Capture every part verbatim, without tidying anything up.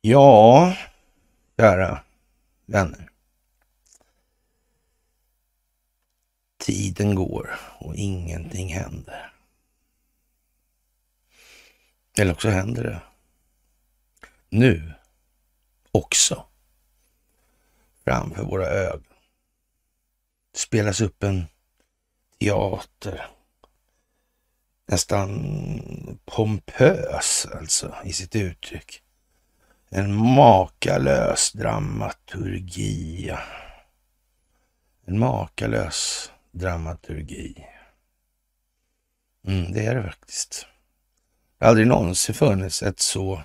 Ja, kära vänner. Tiden går och ingenting händer. Eller också händer det. Nu också. Framför våra ögon. Det spelas upp en teater. Nästan pompös alltså i sitt uttryck. En makalös dramaturgi. En makalös dramaturgi. Mm, det är det faktiskt. Det har aldrig någonsin funnits ett så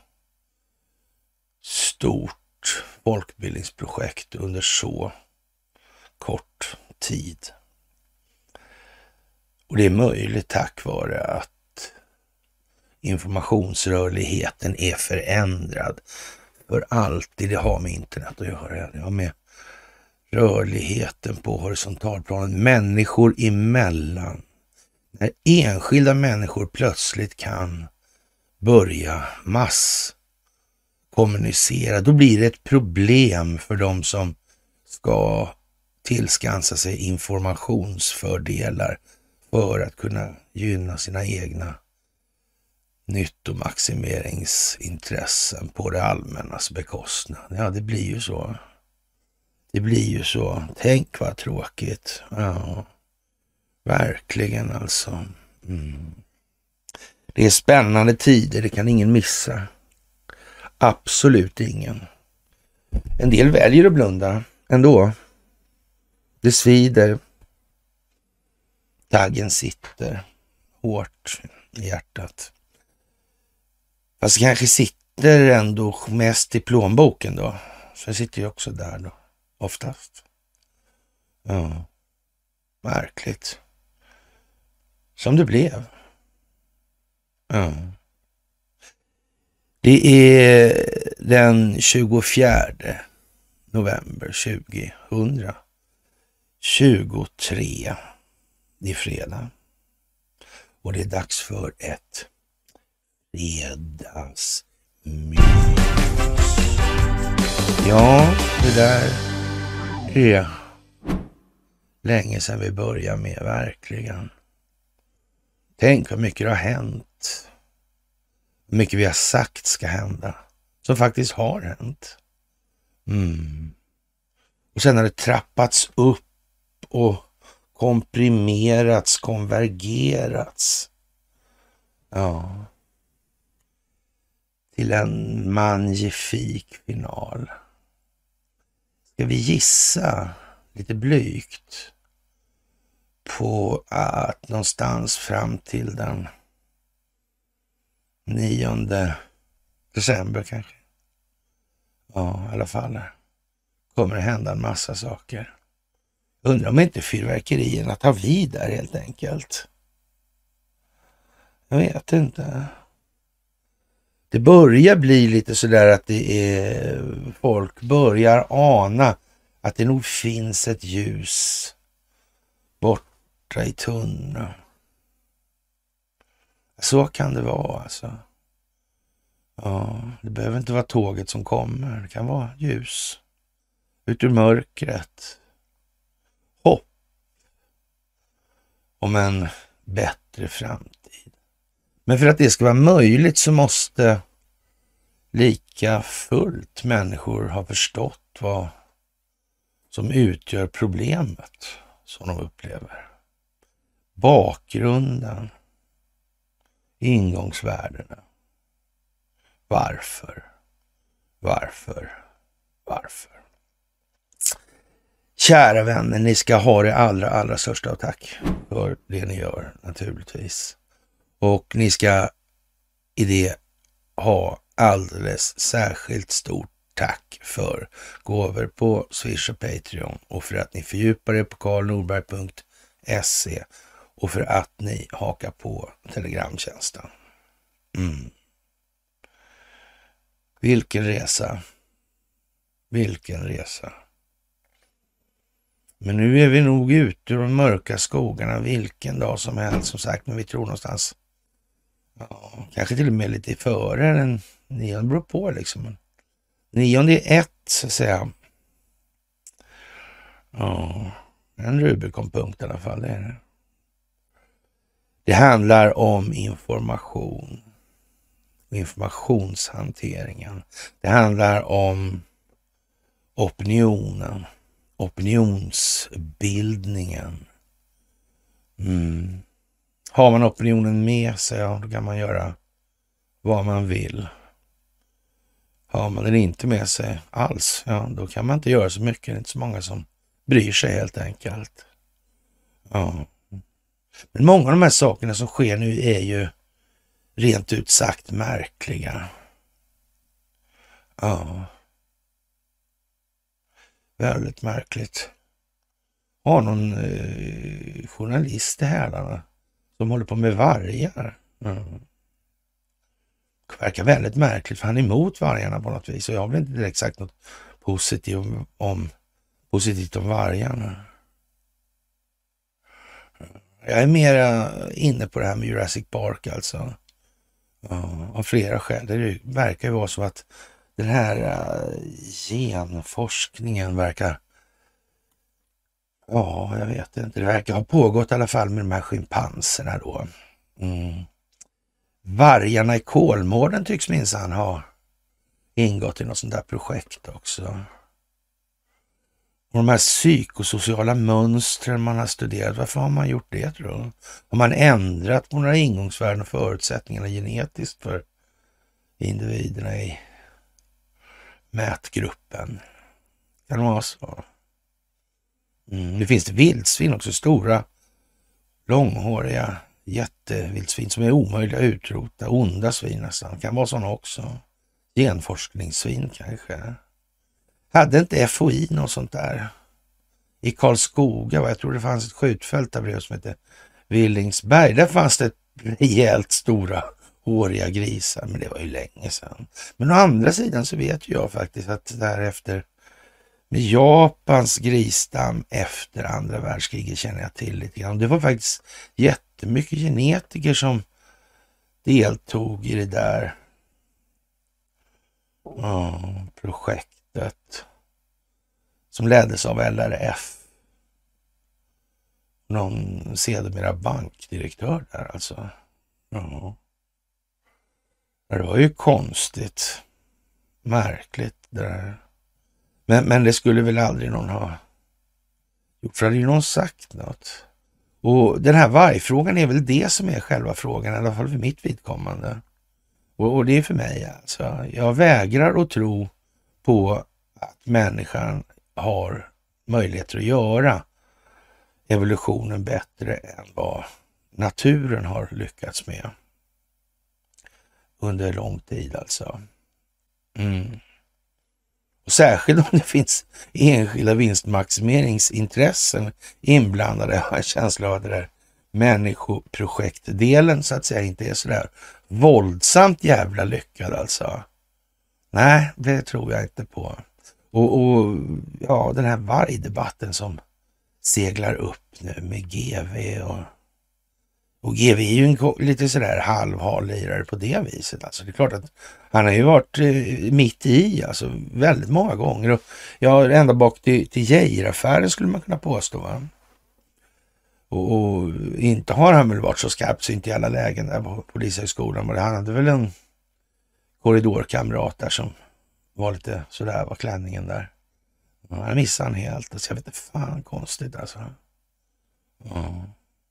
stort folkbildningsprojekt under så kort tid. Och det är möjligt tack vare att informationsrörligheten är förändrad för alltid. Det har med internet att göra. Det har med rörligheten på horisontalplanen, människor emellan. När enskilda människor plötsligt kan börja masskommunicera, då blir det ett problem för de som ska tillskansa sig informationsfördelar för att kunna gynna sina egna nyttomaximeringsintressen på det allmännas bekostnad. Ja, det blir ju så. Det blir ju så. Tänk vad tråkigt. Ja, verkligen alltså. Mm. Det är spännande tider, det kan ingen missa. Absolut ingen. En del väljer att blunda ändå. Det svider. Taggen sitter hårt i hjärtat. Fast det kanske sitter ändå mest i plånboken då. Så jag sitter ju också där då. Oftast. Ja. Märkligt. Som det blev. Ja. Det är den tjugofjärde november tjugohundratjugotre. Det är fredag. Och det är dags för ett fredagsmys. Ja, det där är länge sedan vi började med, verkligen. Tänk vad mycket det har hänt. Hur mycket vi har sagt ska hända. Som faktiskt har hänt. Mm. Och sen har det trappats upp och komprimerats, konvergerats. Ja. Till en magnifik final. Ska vi gissa lite blygt på att någonstans fram till den nionde december kanske. Ja, i alla fall. Kommer det hända en massa saker. Undrar om inte fyrverkerierna tar vid där helt enkelt. Jag vet inte. Det börjar bli lite sådär att det är folk börjar ana att det nog finns ett ljus borta i tunneln. Så kan det vara alltså. Ja, det behöver inte vara tåget som kommer. Det kan vara ljus ut ur mörkret. Hopp om en bättre framtid. Men för att det ska vara möjligt så måste lika fullt människor ha förstått vad som utgör problemet som de upplever. Bakgrunden, ingångsvärdena. Varför? Varför? Varför? Kära vänner, ni ska ha det allra, allra största av tack för det ni gör naturligtvis. Och ni ska i det ha alldeles särskilt stort tack för gåvor på Swish och Patreon och för att ni fördjupar er på karl norberg punkt se och för att ni hakar på telegramtjänsten. Mm. Vilken resa. Vilken resa. Men nu är vi nog ute ur de mörka skogarna vilken dag som helst, som sagt, men vi tror någonstans, ja, kanske till och med lite före den, det beror på liksom. Nionde är ett, så att säga. Ja, en Rubicon-punkt i alla fall. Det är det. Det handlar om information. Informationshanteringen. Det handlar om opinionen. Opinionsbildningen. Mm. Har man opinionen med sig, ja, då kan man göra vad man vill. Har man den inte med sig alls, ja, då kan man inte göra så mycket. Det är inte så många som bryr sig helt enkelt. Ja. Men många av de här sakerna som sker nu är ju rent ut sagt märkliga. Ja. Väldigt märkligt. Har någon eh, journalist i hälarna som håller på med vargar. Mm. Det verkar väldigt märkligt, för han är emot vargarna på något vis. Och jag har väl inte direkt sagt något positivt om, positivt om vargarna. Jag är mer inne på det här med Jurassic Park alltså. Ja, av flera skäl. Det verkar ju vara så att den här uh, genforskningen verkar... Ja, jag vet inte. Det verkar ha pågått i alla fall med de här schimpanserna då. Mm. Vargarna i Kolmården tycks minsann ha ingått i något sånt där projekt också. Och de här psykosociala mönstren man har studerat, varför har man gjort det tror jag? Har man ändrat på några ingångsvärden och förutsättningarna genetiskt för individerna i mätgruppen? Kan det vara så? Mm, det finns det vildsvin också, stora, långhåriga jättevildsvin som är omöjliga att utrota, onda svin nästan. Kan vara sådana också. Genforskningssvin kanske. Hade inte F O I något sånt där? I Karlskoga, jag tror det fanns ett skjutfält där bredvid som heter Villingsberg. Där fanns det rejält stora håriga grisar, men det var ju länge sedan. Men å andra sidan så vet jag faktiskt att därefter med Japans grisdamm efter andra världskriget känner jag till lite grann. Det var faktiskt jättemycket genetiker som deltog i det där oh, projektet som leddes av L R F. Någon sedermera bankdirektör där alltså. Ja. Det var ju konstigt. Märkligt det där. Men, men det skulle väl aldrig någon ha gjort, för hade ju någon sagt något. Och den här vargfrågan är väl det som är själva frågan, i alla fall för mitt vidkommande. Och, och det är för mig alltså. Jag vägrar att tro på att människan har möjligheter att göra evolutionen bättre än vad naturen har lyckats med under lång tid alltså. Mm. Och särskilt om det finns enskilda vinstmaximeringsintressen inblandade. Jag har en känsla av att det där människoprojektdelen så att säga inte är sådär våldsamt jävla lyckad alltså. Nej, det tror jag inte på. Och, och ja, den här vargdebatten som seglar upp nu med G V och Och G V är ju en lite sådär halvhal-lirare på det viset. Alltså det är klart att han har ju varit eh, mitt i, alltså väldigt många gånger. Och ja, ända bak till, till Geijer-affären skulle man kunna påstå. Va? Och, och inte har han väl varit så skarpt så inte i alla lägen där på polishögskolan. Men han hade väl en korridorkamrat där som var lite sådär, var klänningen där. Ja, han missade han helt. Alltså jag vet inte, fan konstigt alltså. Ja.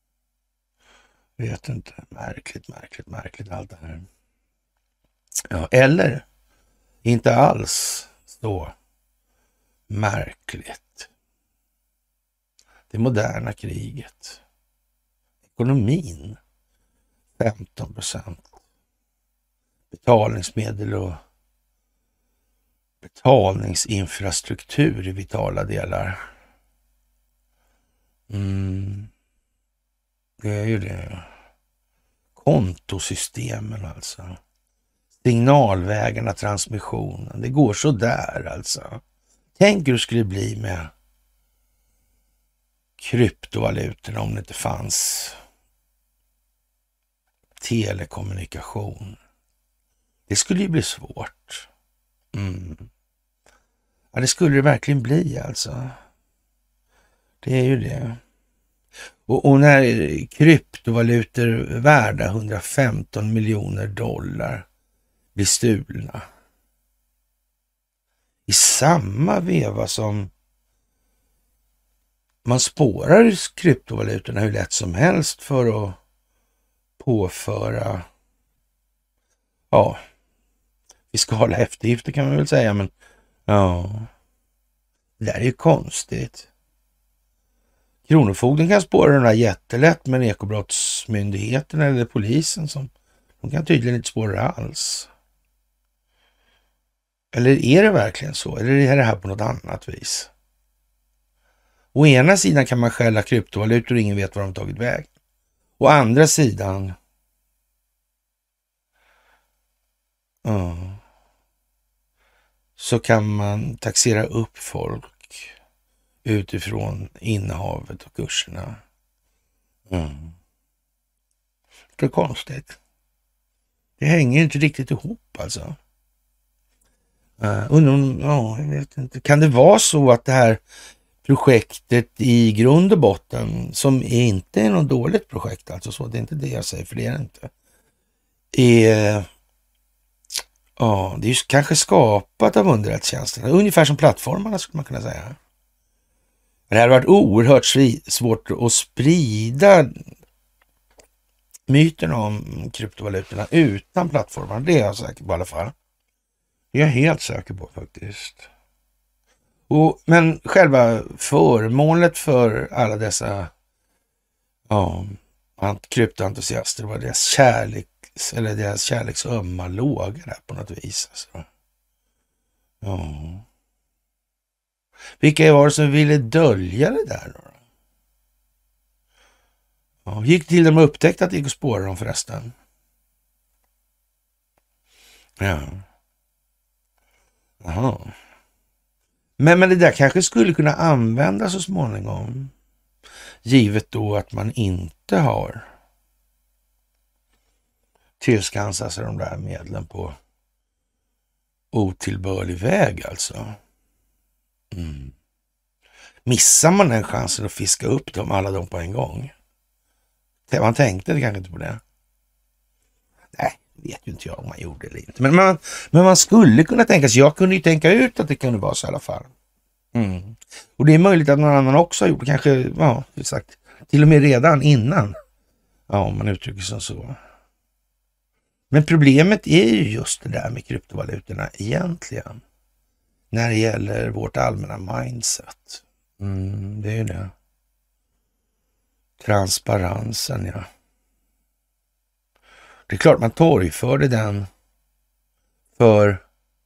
Vet inte. Märkligt, märkligt, märkligt allt det här. Ja, eller inte alls så märkligt. Det moderna kriget. Ekonomin. femton procent. Betalningsmedel och betalningsinfrastruktur i vitala delar. Mm. Det är ju det. Kontosystemen alltså. Signalvägarna, transmissionen. Det går så där alltså. Tänk hur det skulle bli med kryptovalutorna om det inte fanns telekommunikation. Det skulle ju bli svårt. Mm. Ja, det skulle det verkligen bli alltså. Det är ju det. Och, och när kryptovalutor värda hundrafemton miljoner dollar blir stulna i samma veva som man spårar kryptovalutorna hur lätt som helst för att påföra ja, fiskala eftergifter kan man väl säga, men ja, det där är ju konstigt. Kronofogden kan spåra den där jättelätt, men ekobrottsmyndigheten eller polisen som de kan tydligen inte spåra alls. Eller är det verkligen så? Eller är det här på något annat vis? Å ena sidan kan man skälla kryptovalutor och ingen vet var de tagit väg. Å andra sidan ja, så kan man taxera upp folk utifrån innehavet och kurserna. Mm. Det är konstigt. Det hänger inte riktigt ihop alltså. Uh, undrar, ja, jag vet inte. Kan det vara så att det här projektet i grund och botten, som inte är något dåligt projekt, alltså så, det är inte det jag säger, för det är det inte, är, ja, det är ju kanske skapat av underrättelsetjänsterna, ungefär som plattformarna skulle man kunna säga. Det hade varit oerhört svårt att sprida myten om kryptovalutorna utan plattformarna, det är jag säker på i alla fall. Det är jag helt säker på faktiskt. Och, men själva föremålet för alla dessa ja, kryptoentusiaster var deras kärlek, eller deras kärleksömma låga där på något vis. Alltså. Ja. Vilka var det som ville dölja det där då? Ja, gick till dem och upptäckte att det gick att spåra dem förresten. Ja. Jaha. Men, men det där kanske skulle kunna användas så småningom. Givet då att man inte har tillskansat sig de där medlen på otillbörlig väg alltså. Mm. Missar man den chansen att fiska upp dem, alla dem på en gång? Man tänkte det kanske inte på det. Nej, det vet ju inte jag om man gjorde eller inte. Men man, men man skulle kunna tänka sig, jag kunde ju tänka ut att det kunde vara så i alla fall. Mm. Och det är möjligt att någon annan också har gjort, kanske, ja, exakt, till och med redan innan. Ja, om man uttrycker sig så. Men problemet är ju just det där med kryptovalutorna egentligen. När det gäller vårt allmänna mindset. Mm, det är ju det. Transparensen, ja. Det är klart man torgförde den för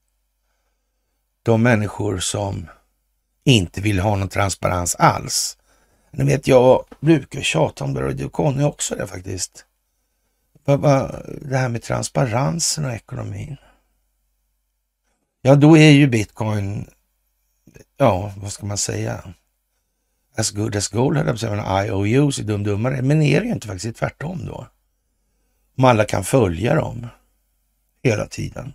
de människor som inte vill ha någon transparens alls. Ni vet, jag brukar tjata om det och det kan ju också det faktiskt. Det här med transparensen och ekonomin. Ja, då är ju bitcoin, ja, vad ska man säga? As good as gold, hade jag på att I O Us är dum-dummare. Men är det ju inte faktiskt tvärtom då? Om alla kan följa dem hela tiden.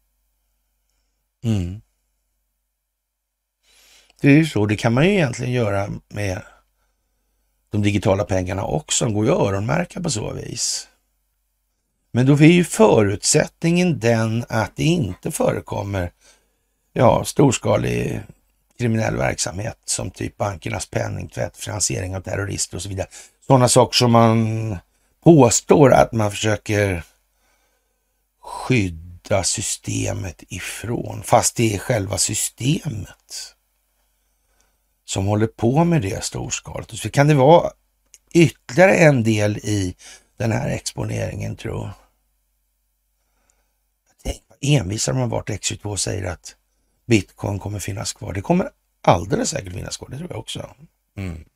Mm. Det är ju så, det kan man ju egentligen göra med de digitala pengarna också. De går ju att öronmärka på så vis. Men då är ju förutsättningen den att det inte förekommer ja, storskalig kriminell verksamhet som typ bankernas penningtvätt, finansiering av terrorister och så vidare. Sådana saker som man påstår att man försöker skydda systemet ifrån, fast det är själva systemet som håller på med det storskaligt. Så kan det vara ytterligare en del i den här exponeringen, tror jag. Tänk vad envisar man varit X tjugotvå säger att bitcoin kommer finnas kvar. Det kommer alldeles säkert finnas kvar, det tror jag också. Mm.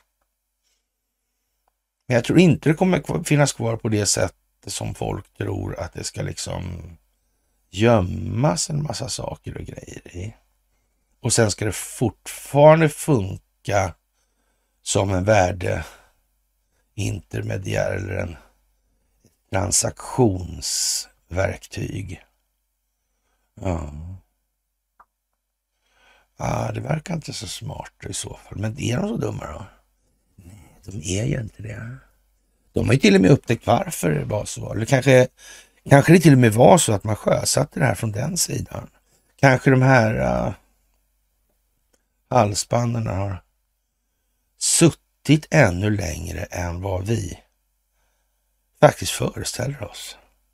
Men jag tror inte det kommer finnas kvar på det sättet som folk tror, att det ska liksom gömmas en massa saker och grejer i. Och sen ska det fortfarande funka som en värdeintermediär eller en transaktionsverktyg. Ja. Ja, det verkar inte så smart i så fall. Men är de så dumma då? Nej, de är ju inte det. De har ju till och med upptäckt varför det var så. Eller kanske, kanske det till och med var så att man sjösatte det här från den sidan. Kanske de här uh, halsbanden har suttit ännu längre än vad vi faktiskt föreställer oss.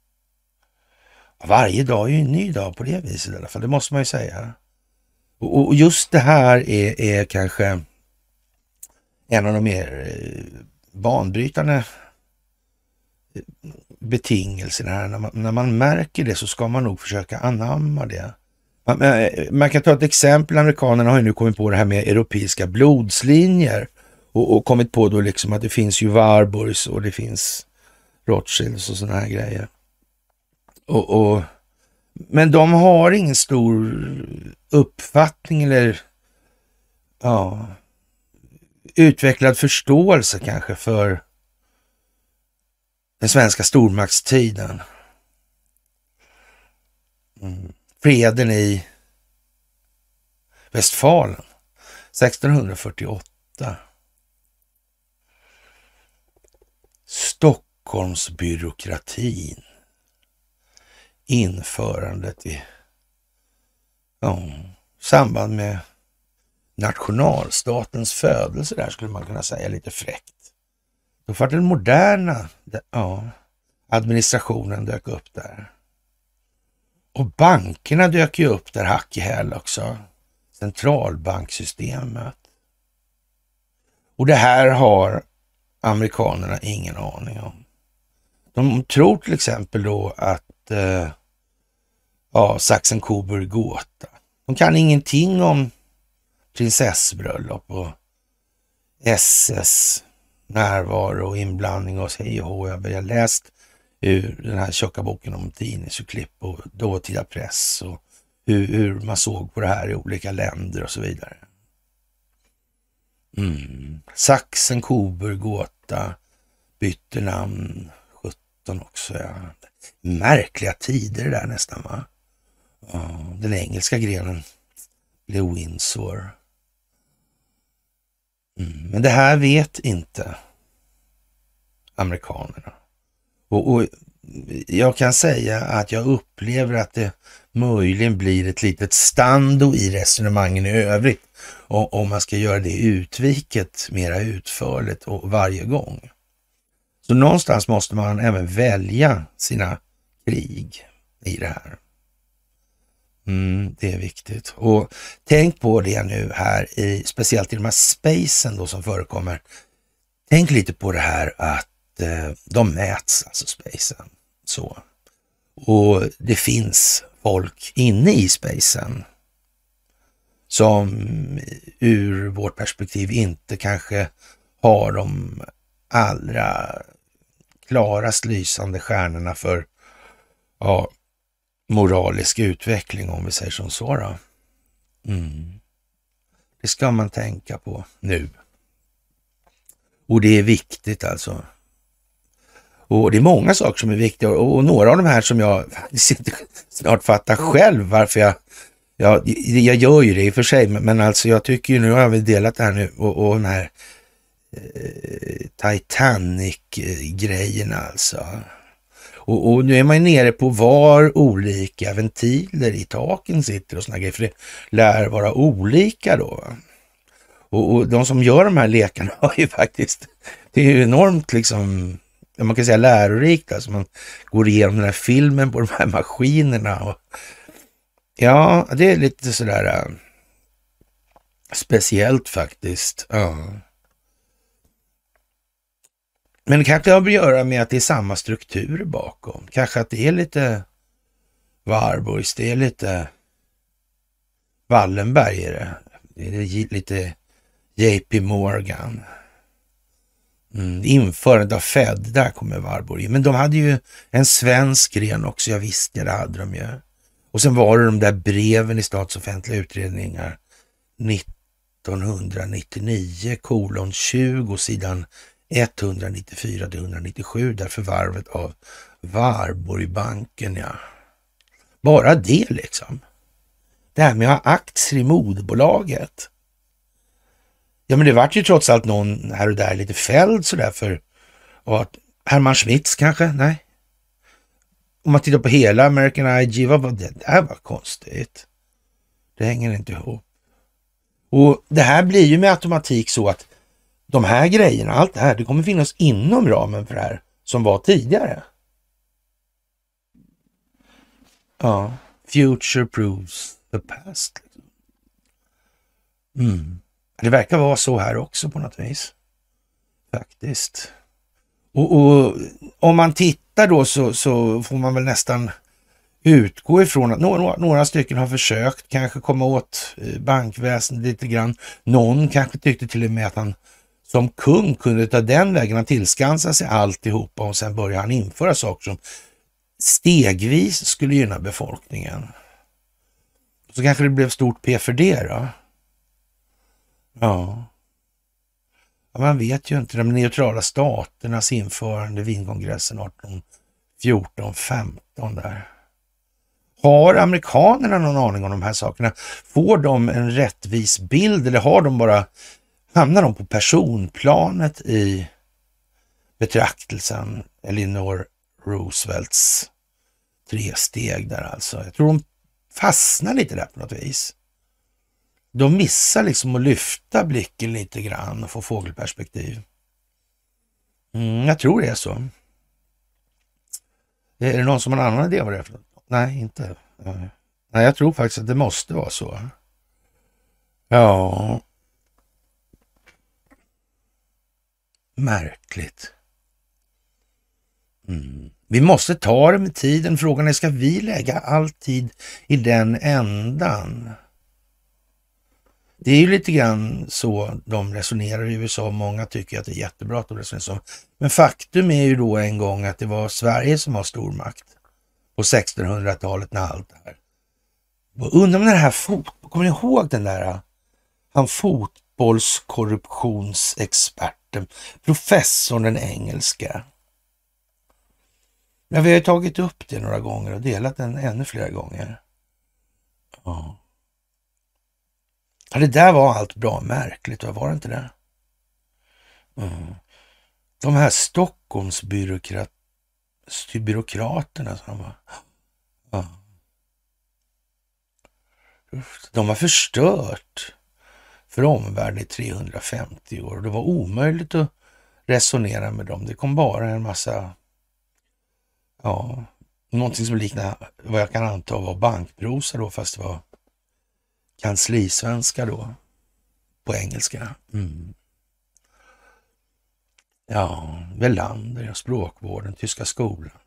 Varje dag är ju en ny dag på det viset i alla fall, det måste man ju säga. Och, och just det här är, är kanske en av de mer banbrytande betingelserna. När man, när man märker det så ska man nog försöka anamma det. Man, man kan ta ett exempel, amerikanerna har ju nu kommit på det här med europeiska blodslinjer och, och kommit på då liksom att det finns ju Warburgs och det finns Rothschilds och såna här grejer. Och, och, men de har ingen stor uppfattning eller ja, utvecklad förståelse kanske för den svenska stormaktstiden. Mm. Freden i Westfalen sextonhundrafyrtioåtta. Stockholmsbyråkratin. Införandet i ja, samband med nationalstatens födelse där skulle man kunna säga lite fräckt. Då var den moderna ja, administrationen dök upp där. Och bankerna dök ju upp där hack i häl också. Centralbanksystemet. Och det här har amerikanerna ingen aning om. De tror till exempel då att eh, ja, Sachsen-Coburg-Gotha. De kan ingenting om prinsessbröllop och S S närvaro och inblandning och hej och hå. Jag har läst ur den här tjocka boken om tidningsurklipp och dåtida press och hur, hur man såg på det här i olika länder och så vidare. Mm. Sachsen-Coburg-Gotha bytte namn sjutton också. Ja. Märkliga tider det där nästan va? Ja, den engelska grenen blev Windsor. Mm. Men det här vet inte amerikanerna. Och, och jag kan säga att jag upplever att det möjligen blir ett litet stando i resonemangen i övrigt. Och, om man ska göra det utviket mera utförligt och varje gång. Så någonstans måste man även välja sina krig i det här. Mm, det är viktigt. Och tänk på det nu här, i, speciellt i de här spacen då som förekommer. Tänk lite på det här att eh, de mäts, alltså spacen. Så. Och det finns folk inne i spacen som ur vårt perspektiv inte kanske har de allra klarast lysande stjärnorna för ja, moralisk utveckling, om vi säger som så då. Mm. Det ska man tänka på nu. Och det är viktigt alltså. Och det är många saker som är viktiga och, och några av de här som jag snart fattar själv varför jag jag, jag gör ju det i och för sig, men, men alltså jag tycker ju nu har jag väl delat det här nu och, och den här eh, Titanic-grejerna alltså. Och, och nu är man nere på var olika ventiler i taken sitter och såna grejer, för det lär vara olika då. Och, och de som gör de här lekarna har ju faktiskt, det är ju enormt liksom, man kan säga lärorikt, alltså man går igenom den här filmen på de här maskinerna och ja, det är lite sådär äh, speciellt faktiskt. Ja. Men det kanske har att göra med att det är samma struktur bakom. Kanske att det är lite Warburgs, det är lite Wallenberg är det. Det är lite J P Morgan. Mm, införandet av Fed, där kommer Warburg. Men de hade ju en svensk gren också, jag visste det hade de ju. Och sen var det de där breven i statsoffentliga utredningar nittonhundranittionio kolon tjugo sidan etthundranittiofyra till etthundranittiosju där förvärvet av Warburgbanken, ja. Bara det liksom. Det här med att ha aktier i moderbolaget. Ja, men det vart ju trots allt någon här och där lite fälld sådär för att Herman Schmitz kanske? Nej. Om man tittar på hela American I G, vad var det? Det här var konstigt. Det hänger inte ihop. Och det här blir ju med automatik så att de här grejerna, allt det här, det kommer finnas inom ramen för det här som var tidigare. Ja, future proves the past. Mm. Det verkar vara så här också på något vis. Faktiskt. Och, och om man tittar då så, så får man väl nästan utgå ifrån att några, några stycken har försökt kanske komma åt bankväsendet lite grann. Någon kanske tyckte till och med att han som kung kunde ta den vägen att tillskansa sig alltihopa och sen börjar han införa saker som stegvis skulle gynna befolkningen. Så kanske det blev stort P för det då. Ja. Ja, man vet ju inte. De neutrala staternas införande, Wienkongressen arton fjorton femton där. Har amerikanerna någon aning om de här sakerna? Får de en rättvis bild eller har de bara, hamnar de på personplanet i betraktelsen Eleanor Roosevelts tre steg där alltså? Jag tror de fastnar lite där på något vis. De missar liksom att lyfta blicken lite grann och få fågelperspektiv. Mm, jag tror det är så. Är det någon som har en annan idé vad det är för något? Nej, inte. Nej, jag tror faktiskt att det måste vara så. Ja. Märkligt. Mm. Vi måste ta det med tiden. Frågan är, ska vi lägga all tid i den ändan? Det är ju lite grann så de resonerar i U S A. Många tycker att det är jättebra att de resonerar så. Men faktum är ju då en gång att det var Sverige som var stormakt på sextonhundratalet när allt det här. Och undrar om den här fot... Kommer ni ihåg den där han fotbollskorruptionsexperten, professorn den engelska? Ja, vi har tagit upp det några gånger och delat den ännu flera gånger. Ja. Ja, det där var allt bra märkligt, vad var det inte det? Mm. De här Stockholmsbyråkraterna som var... Ja. De har förstört för omvärlden i trehundrafemtio år. Det var omöjligt att resonera med dem. Det kom bara en massa... Ja, någonting som liknar vad jag kan anta var bankprosa då, fast det var kanslisvenska då, på engelska. Mm. Ja, Welander, språkvården, tyska skolan.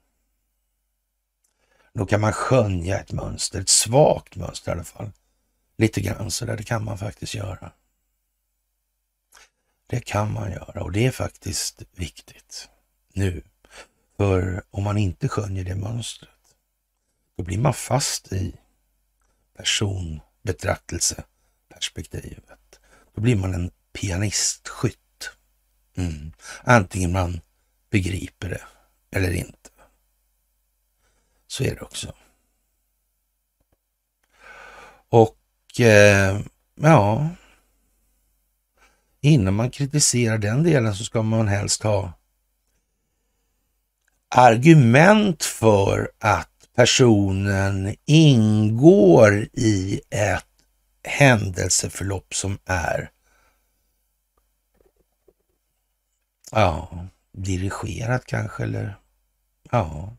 Då kan man skönja ett mönster, ett svagt mönster i alla fall. Lite grann så där, det kan man faktiskt göra. Det kan man göra och det är faktiskt viktigt nu. För om man inte skönjer det mönstret, då blir man fast i personbetraktelseperspektivet. Då blir man en pianistskytt. Mm. Antingen man begriper det eller inte. Så är det också. Och eh, ja, innan man kritiserar den delen så ska man helst ha argument för att personen ingår i ett händelseförlopp som är ja, dirigerat kanske, eller ja,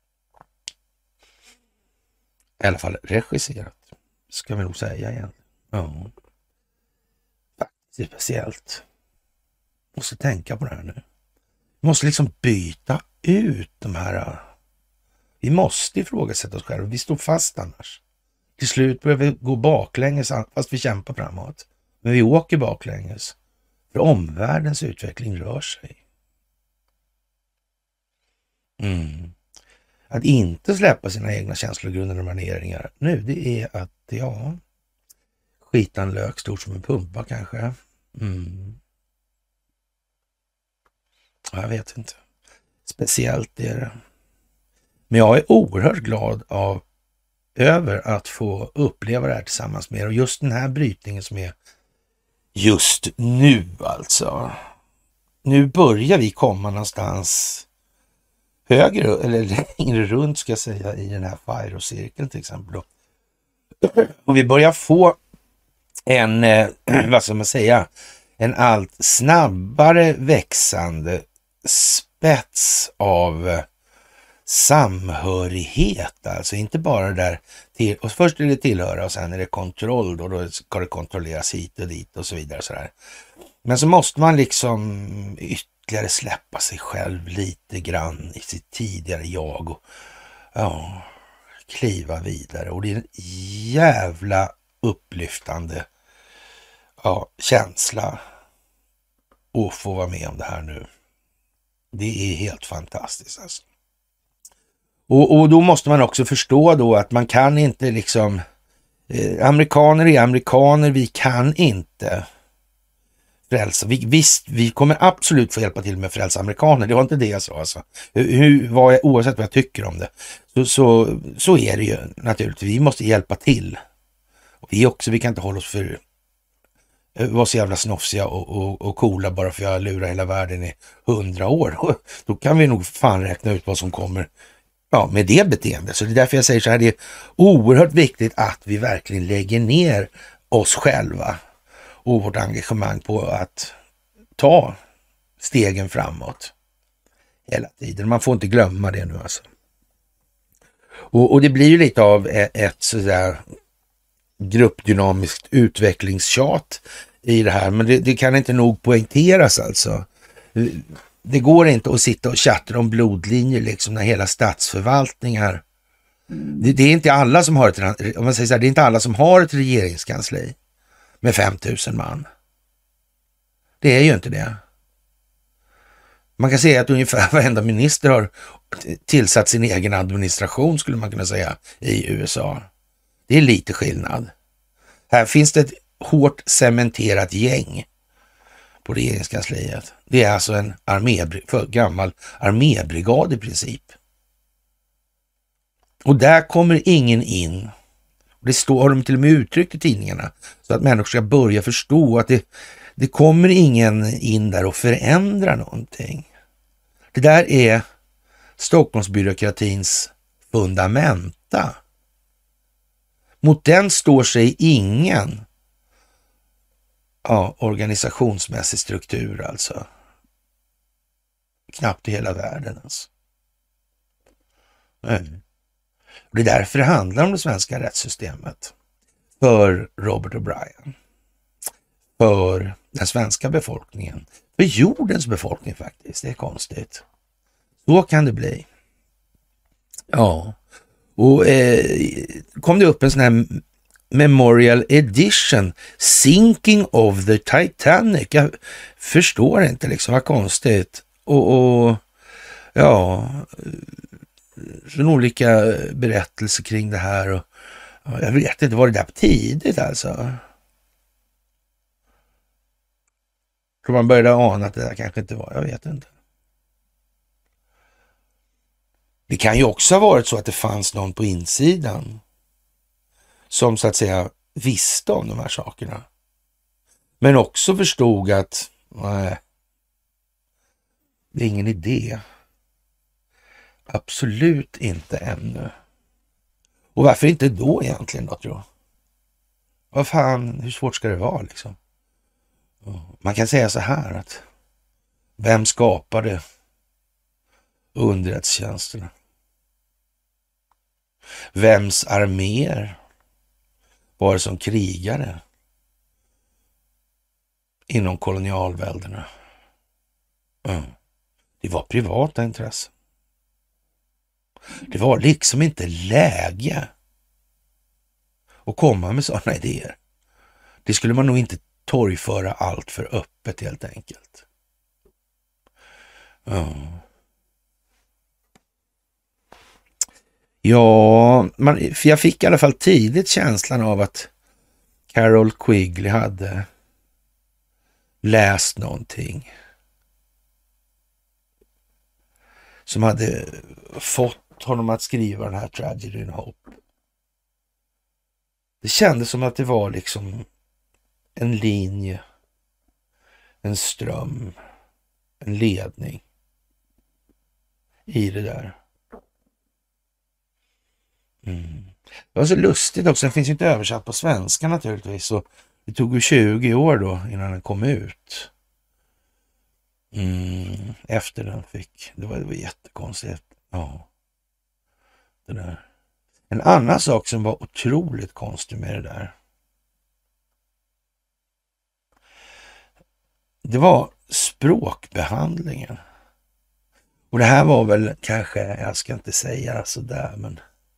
i alla fall regisserat, ska vi nog säga igen. Ja, faktiskt speciellt. Måste tänka på det här nu. Vi måste liksom byta ut de här. Vi måste ifrågasätta oss själva. Vi står fast annars. Till slut börjar vi gå baklänges fast vi kämpar framåt. Men vi åker baklänges. För omvärldens utveckling rör sig. Mm. Att inte släppa sina egna känslogrunder och värderingar nu, det är att, ja, skita en lök stort som en pumpa kanske. Mm. Jag vet inte. Speciellt är det. Men jag är oerhört glad av över att få uppleva det här tillsammans med er. Och just den här brytningen som är just nu alltså. Nu börjar vi komma någonstans högre eller längre runt ska jag säga i den här Fire-cirkeln till exempel då. Och vi börjar få en, eh, vad ska man säga, en allt snabbare växande spets av eh, samhörighet, alltså inte bara där till, och först är det tillhöra och sen är det kontroll då, då ska det kontrolleras hit och dit och så vidare så där. Men så måste man liksom ytterligare släppa sig själv lite grann i sitt tidigare jag och ja, kliva vidare. Och det är en jävla upplyftande ja, känsla att få vara med om det här nu. Det är helt fantastiskt alltså. Och, och då måste man också förstå då att man kan inte liksom eh, amerikaner är amerikaner, vi kan inte frälsa. Vi, visst, vi kommer absolut få hjälpa till med frälsa amerikaner, det var inte det jag sa alltså. Hur, vad jag, oavsett vad jag tycker om det, så, så, så är det ju naturligtvis. Vi måste hjälpa till. Och vi också, vi kan inte hålla oss för vara så jävla snofsiga och, och, och coola bara för jag lurar hela världen i hundra år. Då kan vi nog fan räkna ut vad som kommer ja, med det beteendet. Så det är därför jag säger så här, det är oerhört viktigt att vi verkligen lägger ner oss själva och vårt engagemang på att ta stegen framåt hela tiden. Man får inte glömma det nu alltså. Och, och det blir ju lite av ett, ett sådär gruppdynamiskt utvecklingstjat i det här, men det, det kan inte nog poängteras alltså. Det går inte att sitta och chatta om blodlinjer liksom när hela statsförvaltningar, det, det är inte alla som har ett, om man säger så här, det är inte alla som har ett regeringskansli med fem tusen man. Det är ju inte det. Man kan säga att ungefär varenda minister har tillsatt sin egen administration skulle man kunna säga i U S A. Det är lite skillnad. Här finns det ett hårt cementerat gäng på regeringskansliet. Det är alltså en armé, för gammal armébrigad i princip. Och där kommer ingen in. Det står, har de till och med uttryckt i tidningarna så att människor ska börja förstå att det, det kommer ingen in där och förändra någonting. Det där är Stockholmsbyråkratins fundamenta. Mot den står sig ingen ja, organisationsmässig struktur alltså. Knappt i hela världen alltså. Mm. Och det är därför det handlar om det svenska rättssystemet. För Robert O'Brien. För den svenska befolkningen. För jordens befolkning faktiskt. Det är konstigt. Så kan det bli. Ja. Och eh, kom det upp en sån här Memorial Edition Sinking of the Titanic. Jag förstår inte liksom vad konstigt. Och, och ja, från olika berättelser kring det här. Och, ja, jag vet inte, var det där tidigt alltså? Så man började ana att det där kanske inte var, jag vet inte. Det kan ju också ha varit så att det fanns någon på insidan som så att säga visste om de här sakerna. Men också förstod att nej, det är ingen idé. Absolut inte ännu. Och varför inte då egentligen då, tror jag? Vad fan, hur svårt ska det vara liksom? Man kan säga så här att vem skapade underrättelsetjänsterna? Vems arméer var det som krigade inom kolonialväldena? Mm. Det var privata intressen. Det var liksom inte läge att komma med sådana idéer. Det skulle man nog inte torgföra allt för öppet helt enkelt. Ja, ja man, för jag fick i alla fall tidigt känslan av att Carol Quigley hade läst någonting som hade fått honom att skriva den här Tragedy in Hope. Det kändes som att det var liksom en linje, en ström, en ledning i det där. Mm. Det var så lustigt också, den finns ju inte översatt på svenska naturligtvis, så det tog ju tjugo år då innan den kom ut. Mm. Efter den fick, det var, det var jättekonstigt. Ja. Det där. En annan sak som var otroligt konstig med det där, det var språkbehandlingen. Och det här var väl kanske, jag ska inte säga sådär, men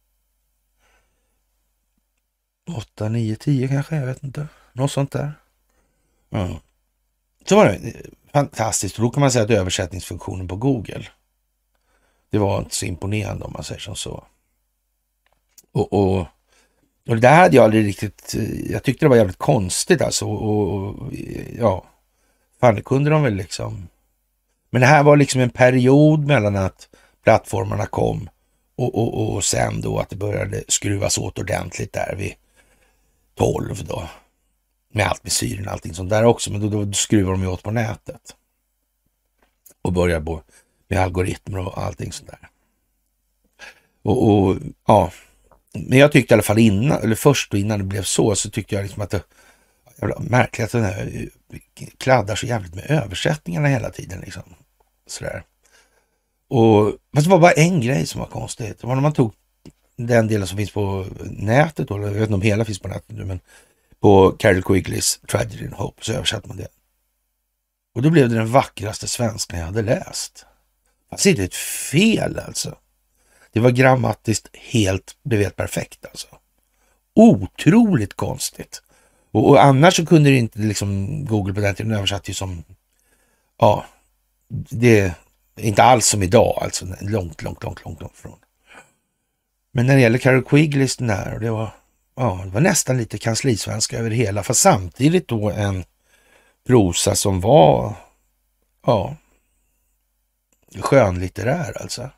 åtta, nio, tio kanske, jag vet inte. Något sånt där. Mm. Så var det fantastiskt. Då kan man säga att översättningsfunktionen på Google, det var inte så imponerande om man säger som så. Och, och, och det där hade jag aldrig riktigt, jag tyckte det var jävligt konstigt alltså. Och, och ja, fan det kunde de väl liksom. Men det här var liksom en period mellan att plattformarna kom och, och, och sen då att det började skruvas åt ordentligt där vid tolv då. Med allt med syren och allting sånt där också. Men då, då skruvar de ju åt på nätet. Och börjar på med algoritmer och allting sånt där. Och, och ja, men jag tyckte i alla fall innan, eller först och innan det blev så, så tyckte jag liksom att det var märkligt att den här kladdar så jävligt med översättningarna hela tiden liksom. Sådär. Och fast det var bara en grej som var konstigt. Det var när man tog den delen som finns på nätet, eller jag vet inte om hela finns på nätet nu, men på Carol Quigley's Tragedy and Hope så översatte man det. Och då blev det den vackraste svenskan jag hade läst. Alltså det är ett fel alltså. Det var grammatiskt helt, det vet perfekt alltså. Otroligt konstigt. Och, och annars så kunde det inte liksom, Google på den tiden översatte ju som, ja, det är inte alls som idag alltså, långt, långt, långt, långt, långt från. Men när det gäller Carol Quigley's den här, det var, ja, det var nästan lite kanslisvenska över hela, fast samtidigt då en prosa som var, ja, skönlitterär alltså.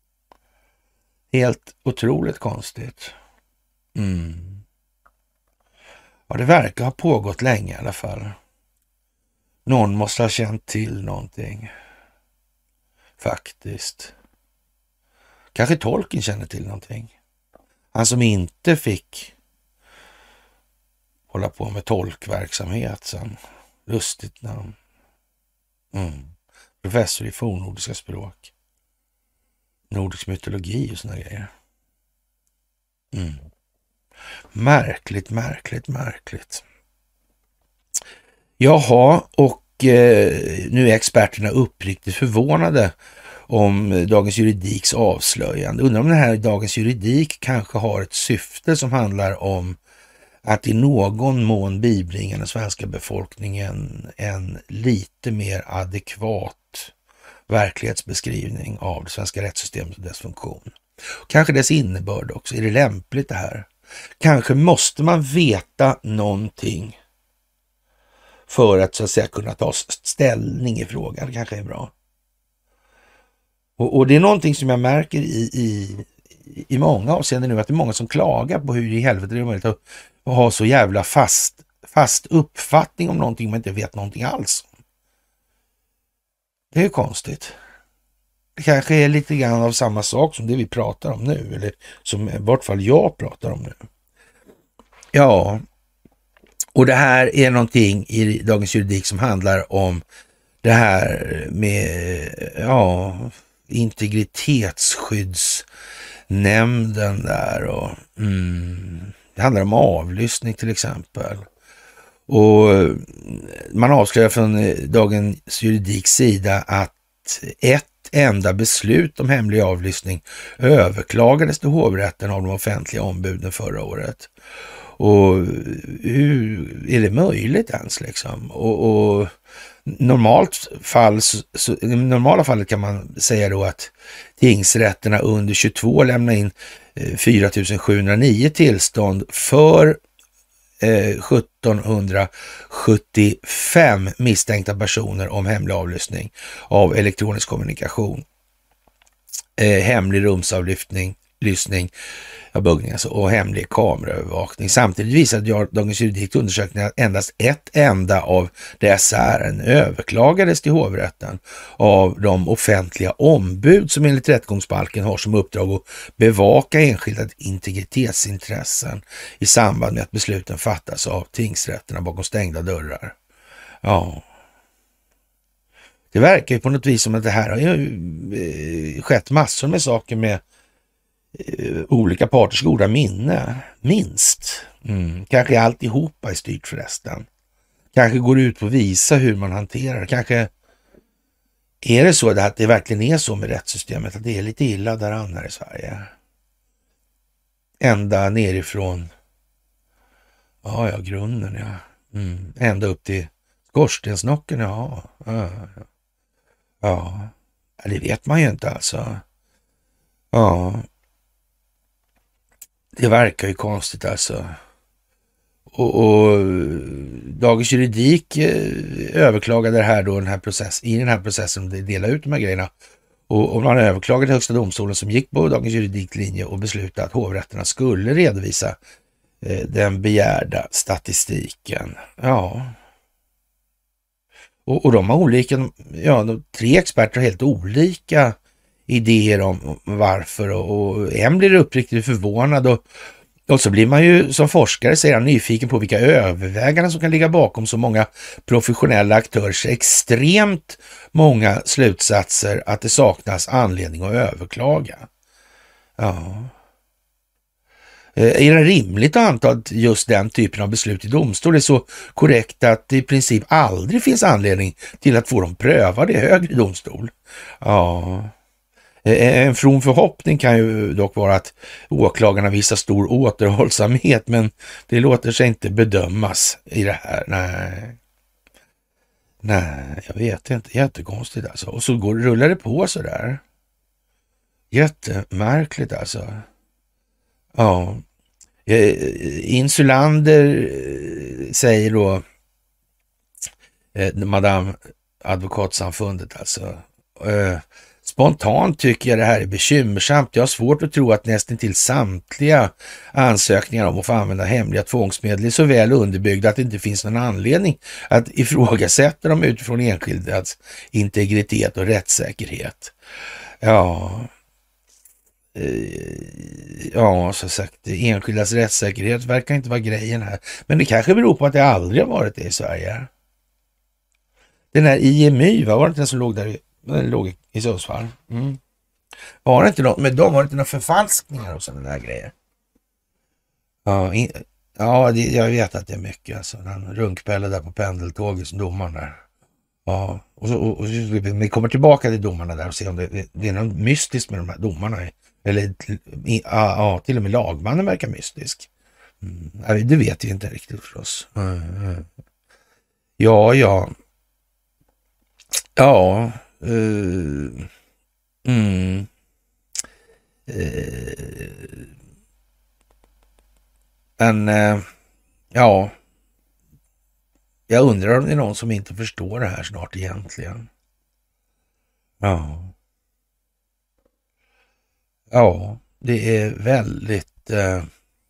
Helt otroligt konstigt. Mm. Ja, det verkar ha pågått länge i alla fall. Någon måste ha känt till någonting. Faktiskt. Kanske Tolkien känner till någonting. Han som inte fick hålla på med tolkverksamhet sen. Lustigt namn. Mm. Professor i fornnordiska språk. Nordisk mytologi och såna grejer. Mm. Märkligt, märkligt, märkligt. Jaha, och eh, nu är experterna uppriktigt förvånade om Dagens Juridiks avslöjande. Undrar om den här Dagens Juridik kanske har ett syfte som handlar om att i någon mån bibringa den svenska befolkningen en lite mer adekvat verklighetsbeskrivning av det svenska rättssystemet och dess funktion. Kanske dess innebörd också. Är det lämpligt det här? Kanske måste man veta någonting för att så att säga kunna ta ställning i frågan. Det kanske är bra. Och, och det är någonting som jag märker i, i, i många avseenden nu, att det är många som klagar på hur i helvete det är möjligt att, att ha så jävla fast, fast uppfattning om någonting man inte vet någonting alls om. Det är ju konstigt. Det kanske är lite grann av samma sak som det vi pratar om nu, eller som i vart fall jag pratar om nu. Ja, och det här är någonting i Dagens Juridik som handlar om det här med, ja, integritetsskyddsnämnden där och mm, det handlar om avlyssning till exempel. Och man avslöjar från Dagens Juridiks sida att ett enda beslut om hemlig avlyssning överklagades till hovrätten av de offentliga ombuden förra året. Och hur är det möjligt ens liksom? Och, och normalt fall, så, så, i normala fallet kan man säga då att tingsrätterna under tjugotvå lämnar in eh, fyra tusen sjuhundranio tillstånd för eh, sjuttonhundrasjuttiofem misstänkta personer om hemlig avlyssning av elektronisk kommunikation, eh, hemlig rumsavlyssning avlyssning av buggning alltså, och hemlig kameraövervakning. Samtidigt visade Dagens Juridik undersökningen att endast ett enda av dessa ärenden överklagades till hovrätten av de offentliga ombud som enligt rättegångsbalken har som uppdrag att bevaka enskilda integritetsintressen i samband med att besluten fattas av tingsrätterna bakom stängda dörrar. Ja. Det verkar ju på något vis som att det här har ju skett massor med saker med olika parters goda minne, minst. Mm. Kanske alltihopa är styrt förresten. Kanske går ut på att visa hur man hanterar. Kanske är det så att det verkligen är så med rättssystemet, att det är lite illa där andra i Sverige. Ända nerifrån, ja, ja, grunden, ja. Mm. Ända upp till skorstensnocken, ja. Ja, ja. Ja, det vet man ju inte alltså. Ja. Det verkar ju konstigt alltså. Och, och Dagens Juridik eh, överklagade det här då, den här process, i den här processen, de delade ut de här grejerna. Och, och man överklagade Högsta domstolen som gick på Dagens Juridik linje och beslutade att hovrätterna skulle redovisa eh, den begärda statistiken. Ja. Och, och de har olika, ja, de, tre experter har helt olika idéer om varför, och, och en blir uppriktigt förvånad och, och så blir man ju som forskare, säger han, nyfiken på vilka överväganden som kan ligga bakom så många professionella aktörers extremt många slutsatser att det saknas anledning att överklaga. Ja. Är det rimligt att anta att just den typen av beslut i domstol är så korrekt att det i princip aldrig finns anledning till att få dem prövade i högre domstol? Ja. En from förhoppning kan ju dock vara att åklagarna visar stor återhållsamhet, men det låter sig inte bedömas i det här. Nej, nej, jag vet inte. Jättekonstigt alltså. Och så går, rullar det på så där. Jättemärkligt alltså. Ja. Insulander säger då eh, Madame Advokatsamfundet alltså. Eh, Spontant tycker jag det här är bekymmersamt. Jag har svårt att tro att nästan till samtliga ansökningar om att få använda hemliga tvångsmedel är så väl underbyggda att det inte finns någon anledning att ifrågasätta dem utifrån enskildas integritet och rättssäkerhet. Ja, ja, så sagt, enskildas rättssäkerhet verkar inte vara grejen här. Men det kanske beror på att det aldrig har varit det i Sverige. Den här I M Y, vad var det inte den som låg där i Den låg i Sundsvall. Mm. Var det inte något med dem? Var det inte några förfalskningar och sådana där grejer? Ja, in, ja det, jag vet att det är mycket. Alltså, den runkpelle där på pendeltåget som domaren där. Ja, och så, och, och så vi kommer tillbaka till domarna där och se om det, det är något mystiskt med de här domarna. Eller i, ja, till och med lagmannen verkar mystisk. Mm. Det vet vi inte riktigt förstås. Mm. Ja, ja. Ja. Uh, mm, uh, men uh, ja, jag undrar om det är någon som inte förstår det här snart egentligen. Ja, ja, det är väldigt uh,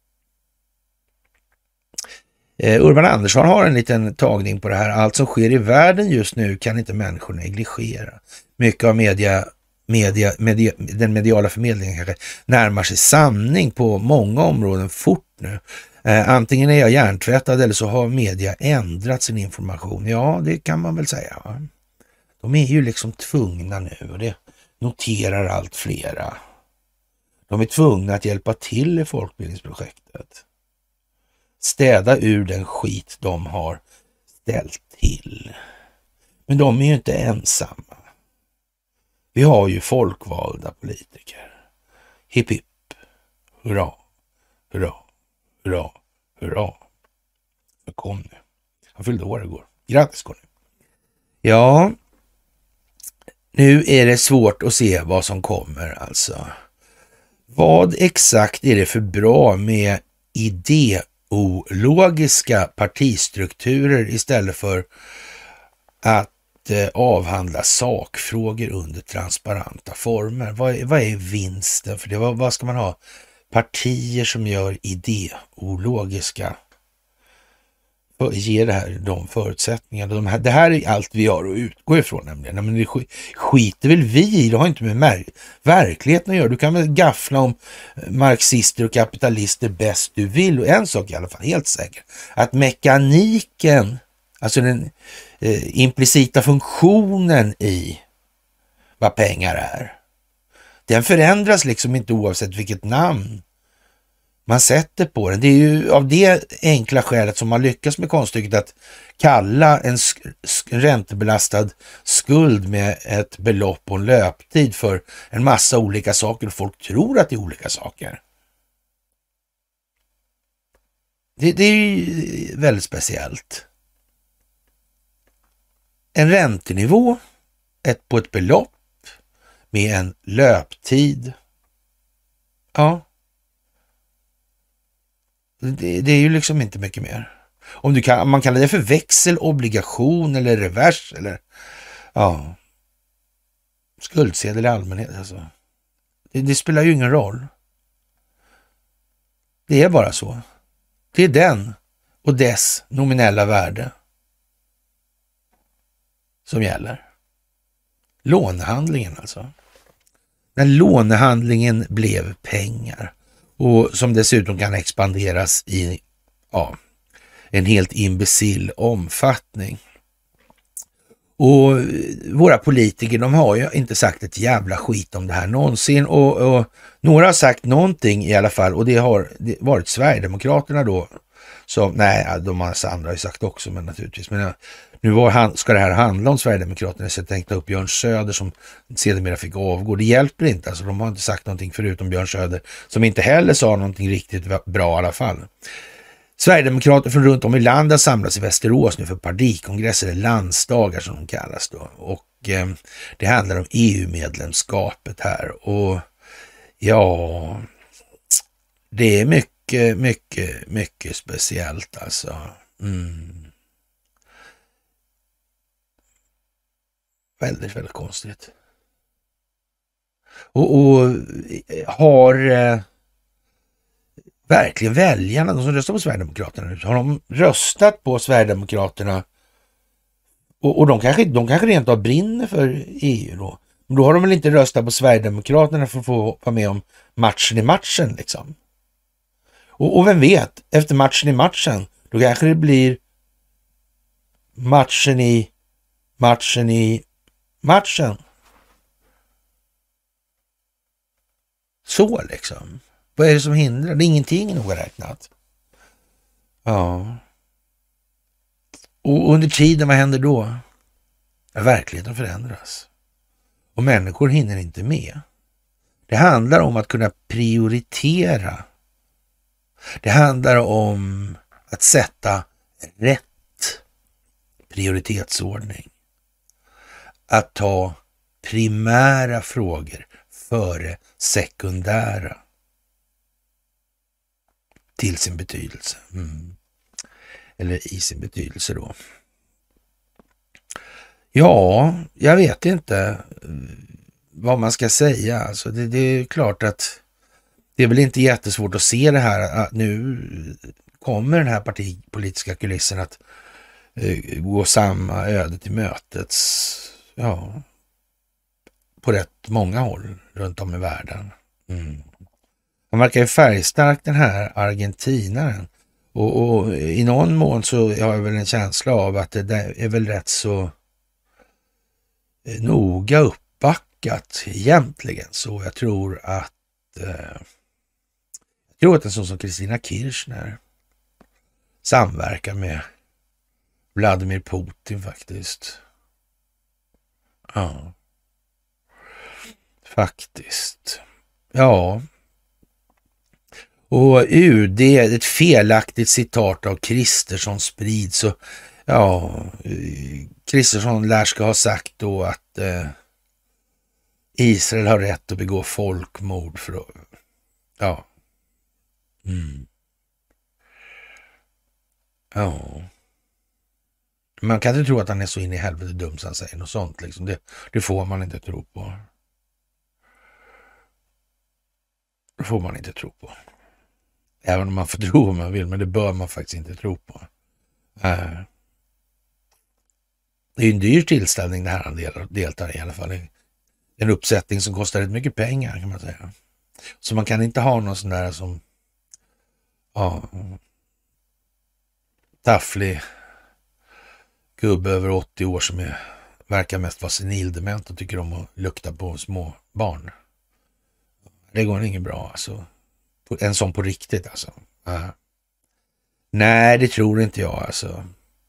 Urban Andersson har en liten tagning på det här. Allt som sker i världen just nu kan inte människor negligera. Mycket av media, media, media, den mediala förmedlingen kanske närmar sig sanning på många områden fort nu. Eh, antingen är jag hjärntvättad eller så har media ändrat sin information. Ja, det kan man väl säga. Va? De är ju liksom tvungna nu och det noterar allt flera. De är tvungna att hjälpa till i folkbildningsprojektet. Städa ur den skit de har ställt till. Men de är ju inte ensamma. Vi har ju folkvalda politiker. Hipp hipp. Hurra. Hurra. Hurra. Hurra. Jag kom nu. Han fyllde år igår. Grattis Conny. Ja. Nu är det svårt att se vad som kommer alltså. Vad exakt är det för bra med idé ologiska partistrukturer istället för att att eh, avhandla sakfrågor under transparenta former. Vad, vad är vinsten för det? Vad, vad ska man ha? Partier som gör ideologiska, ger det här de förutsättningarna. De här, det här är allt vi har att utgå ifrån nämligen. Men det skiter väl vi i, det har inte med verkligheten att göra. Du kan väl gaffla om marxister och kapitalister bäst du vill. Och en sak i alla fall, helt säker, att mekaniken, alltså den eh, implicita funktionen i vad pengar är, den förändras liksom inte oavsett vilket namn man sätter på den. Det är ju av det enkla skälet som man lyckas med konststycket att kalla en räntebelastad skuld med ett belopp och en löptid för en massa olika saker och folk tror att det är olika saker. Det, det är ju väldigt speciellt. En räntenivå ett, på ett belopp med en löptid. Ja. Det, det är ju liksom inte mycket mer. Om du kan, man kallar det för växel, obligation eller revers eller ja, skuldsedel i allmänhet. Alltså. Det, det spelar ju ingen roll. Det är bara så. Det är den och dess nominella värde som gäller. Lånehandlingen alltså. När lånehandlingen blev pengar och som dessutom kan expanderas i ja, en helt imbecill omfattning. Och våra politiker, de har ju inte sagt ett jävla skit om det här någonsin och, och några har sagt någonting i alla fall och det har det varit Sverigedemokraterna då som, nej, de har andra har ju sagt också men naturligtvis, men nu var, ska det här handla om Sverigedemokraterna så jag tänkte upp Björn Söder som sedermera fick avgå. Det hjälper inte, alltså de har inte sagt någonting förutom Björn Söder som inte heller sa någonting riktigt bra i alla fall. Sverigedemokrater från runt om i landet samlas i Västerås nu för partikongress eller landsdagar som de kallas då. Och eh, det handlar om E U-medlemskapet här och ja, det är mycket, mycket, mycket speciellt alltså. Mm. Väldigt, väldigt konstigt. Och, och har eh, verkligen väljarna, de som röstar på Sverigedemokraterna, har de röstat på Sverigedemokraterna och, och de, kanske, de kanske rent av brinner för E U då. Men då har de väl inte röstat på Sverigedemokraterna för att få vara med om matchen i matchen liksom. Och, och vem vet, efter matchen i matchen, då kanske det blir matchen i matchen i matchen. Så liksom. Vad är det som hindrar? Det är ingenting nog räknat. Ja. Och under tiden, vad händer då? Ja, verkligheten förändras. Och människor hinner inte med. Det handlar om att kunna prioritera. Det handlar om att sätta rätt prioritetsordning. Att ta primära frågor före sekundära till sin betydelse. Mm. Eller i sin betydelse då. Ja, jag vet inte vad man ska säga. Alltså det, det är klart att det är väl inte jättesvårt att se det här. Att nu kommer den här partipolitiska kulissen att uh, gå samma öde till mötets, ja, på rätt många håll runt om i världen. Mm. Han verkar ju färgstark den här argentinaren. Och, och i någon mån så har jag väl en känsla av att det där är väl rätt så noga uppbackat egentligen. Så jag tror att eh, jag tror att en sån som Kristina Kirchner samverkar med Vladimir Putin faktiskt. Ja. Faktiskt. Ja. Och ur det ett felaktigt citat av Kristersson sprids. Så ja, Kristersson lär ska ha sagt då att eh, Israel har rätt att begå folkmord för att, ja. Mm. Ja. Man kan inte tro att han är så in i helvete dum så han säger något sånt. Liksom. Det, det får man inte tro på. Det får man inte tro på. Även om man får tro om man vill, men det bör man faktiskt inte tro på. Äh. Det är ju en dyr tillställning det här han del, deltar i alla fall. En uppsättning som kostar rätt mycket pengar kan man säga. Så man kan inte ha någon sån där som ja, tafflig gubbe över åttio år som är, verkar mest vara senildement och tycker om att lukta på små barn. Det går inget bra alltså. En sån på riktigt alltså. Uh. Nej, det tror inte jag alltså.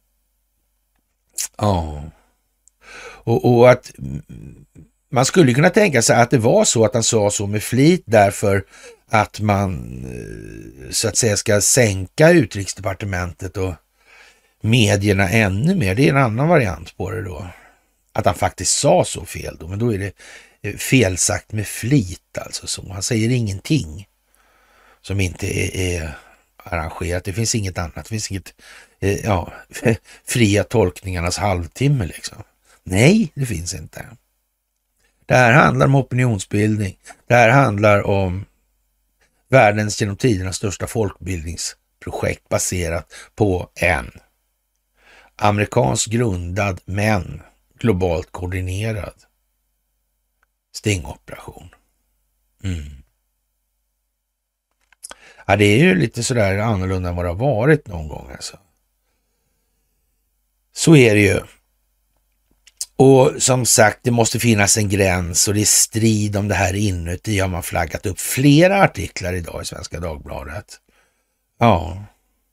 Ja. Oh. Och, och att man skulle kunna tänka sig att det var så att han sa så med flit därför att man så att säga ska sänka utrikesdepartementet och medierna ännu mer. Det är en annan variant på det då. Att han faktiskt sa så fel då, men då är det fel sagt med flit alltså så. Han säger ingenting som inte är, är arrangerat. Det finns inget annat. Det finns inget ja, fria tolkningarnas halvtimme liksom. Nej, det finns inte. Det här handlar om opinionsbildning. Det här handlar om världens genom tiderna största folkbildningsprojekt baserat på en amerikansk grundad men globalt koordinerad stingoperation. Mm. Ja, det är ju lite sådär annorlunda än vad det har varit någon gång alltså. Så är det ju. Och som sagt, det måste finnas en gräns och det är strid om det här inuti. Har man flaggat upp flera artiklar idag i Svenska Dagbladet. Ja.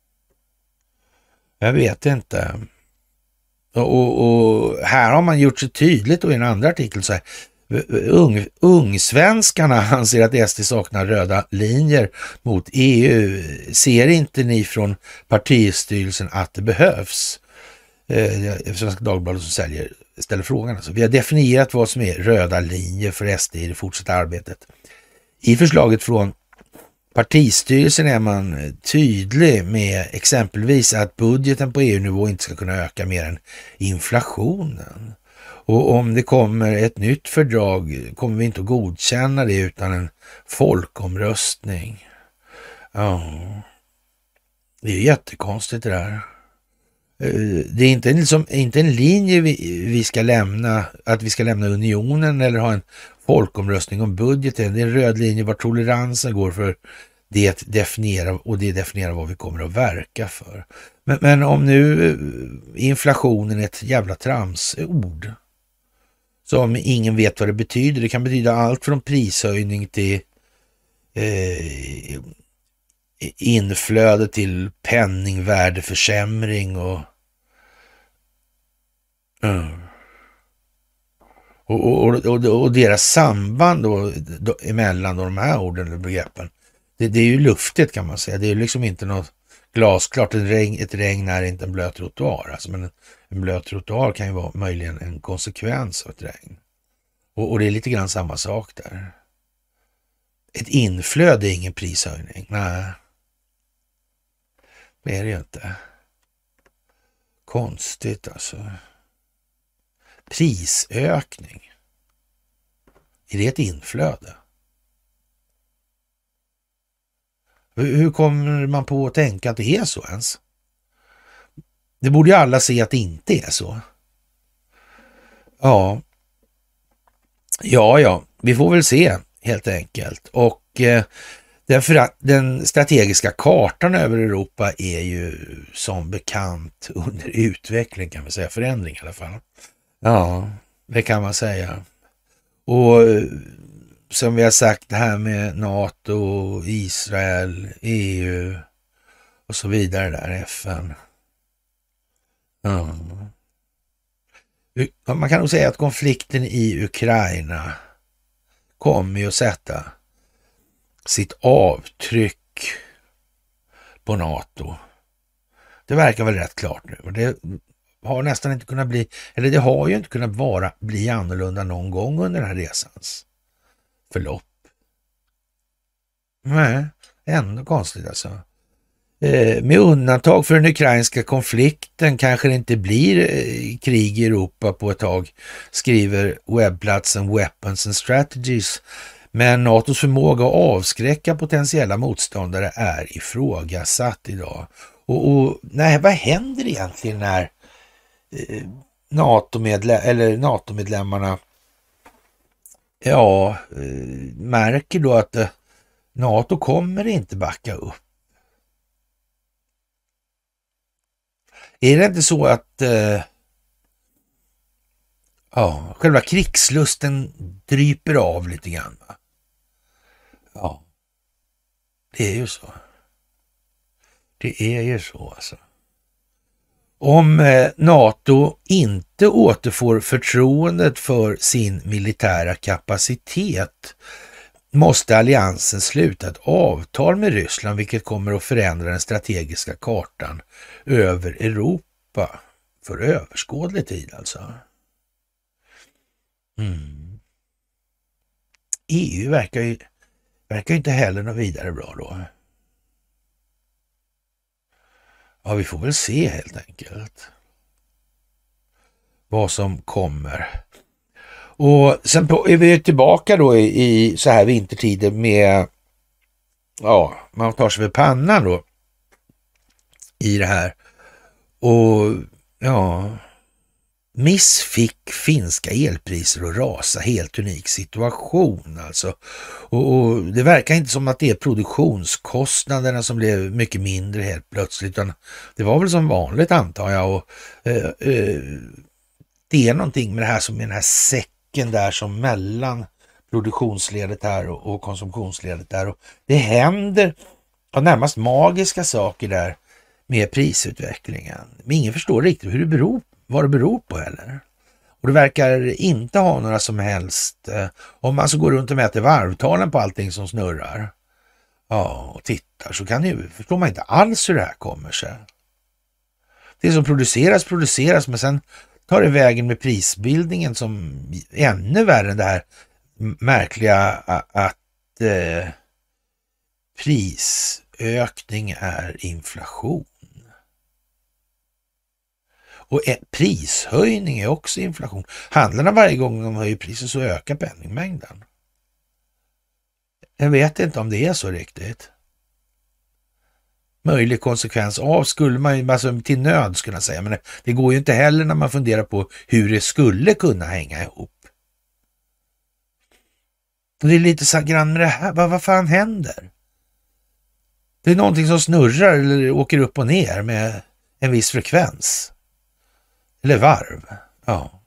Jag vet inte. Och, och, och här har man gjort så tydligt och i en andra artikel så här. Ung, ungsvenskarna anser att S D saknar röda linjer mot E U. Ser inte ni från partistyrelsen att det behövs? Eh, Svenska Dagbladet som säljer, ställer frågan. Alltså. Vi har definierat vad som är röda linjer för S D i det fortsatta arbetet. I förslaget från partistyrelsen är man tydlig med exempelvis att budgeten på E U-nivå inte ska kunna öka mer än inflationen. Och om det kommer ett nytt fördrag kommer vi inte att godkänna det utan en folkomröstning. Ja, det är ju jättekonstigt det där. Det är inte, liksom, inte en linje vi, vi ska lämna, att vi ska lämna unionen eller ha en folkomröstning om budgeten. Det är en röd linje var toleransen går för det definierar och det definierar vad vi kommer att verka för. Men, men om nu inflationen är ett jävla tramsord som ingen vet vad det betyder. Det kan betyda allt från prishöjning till eh, inflöde till penningvärdeförsämring och, mm. och, och, och, och deras samband då, då, emellan då, de här orden och begreppen. Det, det är ju luftigt kan man säga. Det är liksom inte något glasklart. Ett regn, ett regn är inte en blöt trottoar. Alltså, men en, en blöt trottoar kan ju vara möjligen en konsekvens av ett regn. Och, och det är lite grann samma sak där. Ett inflöde är ingen prishöjning. Nej. Det är det ju inte. Konstigt alltså. Prisökning. Är det ett inflöde? Hur kommer man på att tänka att det är så ens? Det borde ju alla se att det inte är så. Ja. Ja, ja. Vi får väl se helt enkelt. Och eh, därför att den strategiska kartan över Europa är ju som bekant under utveckling kan vi säga. Förändring i alla fall. Ja, det kan man säga. Och som vi har sagt det här med NATO, Israel, E U och så vidare där, F N. Ja. Man kan nog säga att konflikten i Ukraina kommer ju att sätta sitt avtryck på NATO. Det verkar väl rätt klart nu. Det har nästan inte kunnat bli, eller det har ju inte kunnat vara, bli annorlunda någon gång under den här resans förlopp. Nej, ändå konstigt alltså. Eh, med undantag för den ukrainska konflikten kanske det inte blir eh, krig i Europa på ett tag, skriver webbplatsen Weapons and Strategies. Men NATOs förmåga att avskräcka potentiella motståndare är ifrågasatt idag. Och, och nej, vad händer egentligen när eh, NATO-medlem, eller NATO-medlemmarna ja, eh, märker då att eh, NATO kommer inte backa upp? Är det inte så att eh, ja, själva krigslusten dryper av lite grann? Va? Ja, det är ju så. Det är ju så alltså. Om eh, NATO inte återfår förtroendet för sin militära kapacitet måste alliansen sluta ett avtal med Ryssland, vilket kommer att förändra den strategiska kartan över Europa för överskådlig tid alltså. Mm. E U verkar ju, verkar ju inte heller något vidare bra då. Ja, vi får väl se helt enkelt vad som kommer. Och sen på, är vi tillbaka då i, i så här vintertider med, ja, man tar sig för pannan då i det här. Och ja, Miss fick finska elpriser att rasa, helt unik situation alltså. Och, och det verkar inte som att det är produktionskostnaderna som blev mycket mindre helt plötsligt, utan det var väl som vanligt antar jag. Och eh, eh, det är någonting med det här som är den här säcken där som mellan produktionsledet här och, och konsumtionsledet där. Och det händer ja, närmast magiska saker där med prisutvecklingen. Men ingen förstår riktigt hur det beror, vad det beror på heller. Och det verkar inte ha några som helst, eh, om man så går runt och mäter varvtalen på allting som snurrar, ja, och tittar, så kan ju, förstår man inte alls hur det här kommer sig. Det som produceras, produceras, men sen tar det vägen med prisbildningen som är ännu värre än det här märkliga att eh, prisökning är inflation. Och prishöjning är också inflation. Handlarna varje gång de höjer priset så ökar penningmängden. Jag vet inte om det är så riktigt. Möjlig konsekvens av skulle man ju alltså till nöds kunna säga. Men det, det går ju inte heller när man funderar på hur det skulle kunna hänga ihop. Och det är lite så grann med det här. Vad, vad fan händer? Det är någonting som snurrar eller åker upp och ner med en viss frekvens. Eller varv. Ja.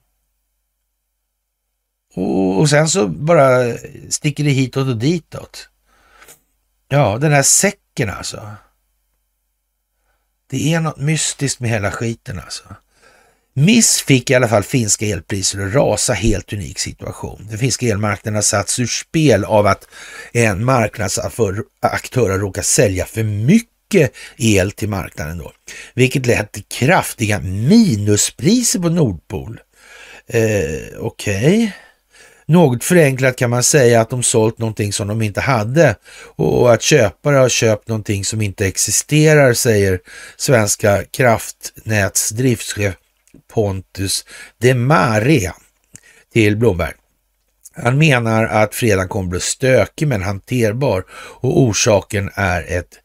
Och, och sen så bara sticker det hitåt och ditåt. Ja, den här säcken alltså. Det är något mystiskt med hela skiten alltså. Miss fick i alla fall finska elpriser att rasa, helt unik situation. Den finska elmarknaden har satts ur spel av att en marknadsaktör har råkat sälja för mycket el till marknaden då. Vilket lett till kraftiga minuspriser på Nordpol. Eh, Okej. Okay. Något förenklat kan man säga att de sålt någonting som de inte hade och att köpare har köpt någonting som inte existerar, säger Svenska kraftnäts driftschef Pontus de Mare till Blomberg. Han menar att fredagen kommer bli stökig men hanterbar och orsaken är ett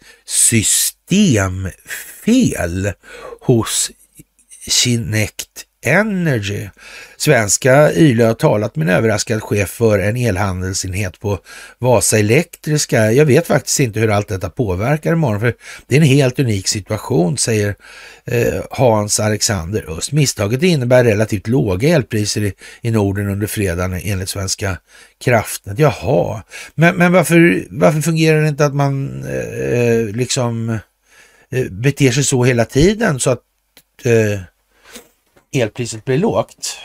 systemfel hos Kinect Energy. Svenska Yle har talat med en överraskad chef för en elhandelsenhet på Vasa Elektriska. Jag vet faktiskt inte hur allt detta påverkar imorgon, för det är en helt unik situation, säger eh, Hans Alexander Öst. Misstaget innebär relativt låga elpriser i, i Norden under fredagen enligt Svenska kraftnät. Jaha, men, men varför, varför fungerar det inte att man eh, liksom eh, beter sig så hela tiden så att eh, elpriset blir lågt?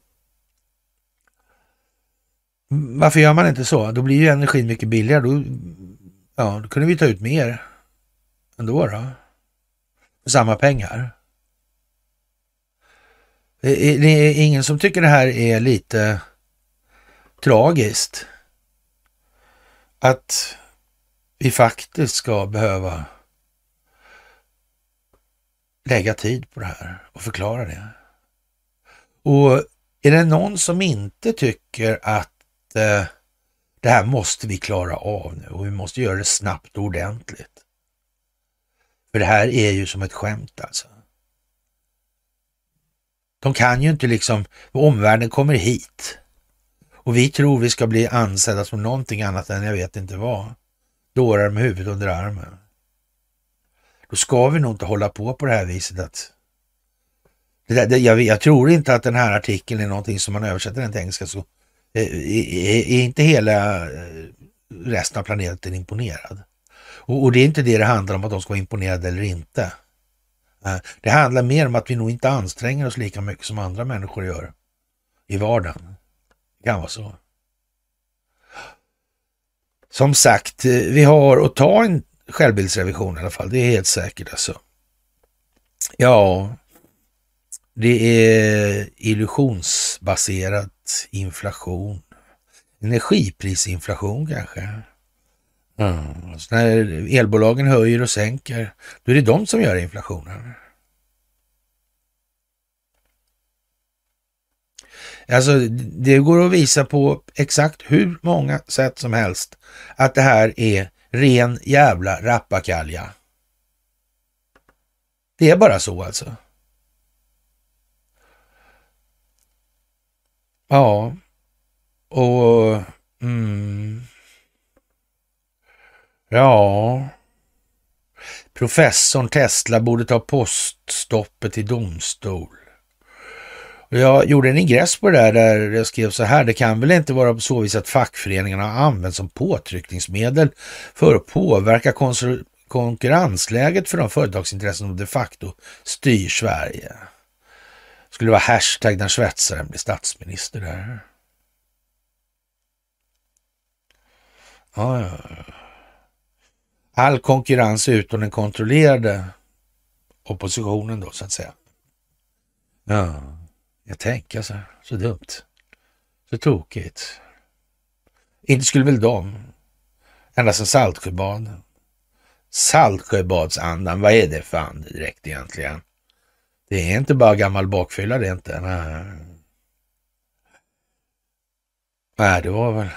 Varför gör man inte så? Då blir ju energin mycket billigare. Då, ja, då kunde vi ta ut mer ändå då. För samma pengar. Det är, det är ingen som tycker det här är lite tragiskt. Att vi faktiskt ska behöva lägga tid på det här och förklara det. Och är det någon som inte tycker att eh, det här måste vi klara av nu och vi måste göra det snabbt och ordentligt. För det här är ju som ett skämt alltså. De kan ju inte liksom, omvärlden kommer hit och vi tror vi ska bli ansedda som någonting annat än jag vet inte vad. Dårar med huvudet under armen. Då ska vi nog inte hålla på på det här viset att det där, det, jag, jag tror inte att den här artikeln är någonting som man översätter den till engelska så är, är, är inte hela resten av planeten imponerad. Och, och det är inte det det handlar om att de ska vara imponerade eller inte. Det handlar mer om att vi nog inte anstränger oss lika mycket som andra människor gör i vardagen. Det kan vara så. Som sagt, vi har att ta en självbildsrevision i alla fall. Det är helt säkert alltså. Ja, det är illusionsbaserad inflation. Energiprisinflation kanske. Mm. Så när elbolagen höjer och sänker, då är det de som gör inflationen. Alltså det går att visa på exakt hur många sätt som helst att det här är ren jävla rappakalja. Det är bara så alltså. Ja, och mm, ja, professorn Tesla borde ta poststoppet i domstol. Och jag gjorde en ingress på det där, där jag skrev så här: det kan väl inte vara på så vis att fackföreningarna har använts som påtryckningsmedel för att påverka konsol- konkurrensläget för de företagsintressen som de facto styr Sverige. Skulle det vara hashtag den svetsaren blir statsminister där. Ja, ja. All konkurrens utom den kontrollerade oppositionen då så att säga. Ja, jag tänker så, så dumt. Så tokigt. Inte skulle väl de, ända som Saltsjöbad. Saltsjöbadsandan, vad är det fan direkt egentligen? Det är inte bara gammal bakfylla, det är inte. Nej, Nej det var väl...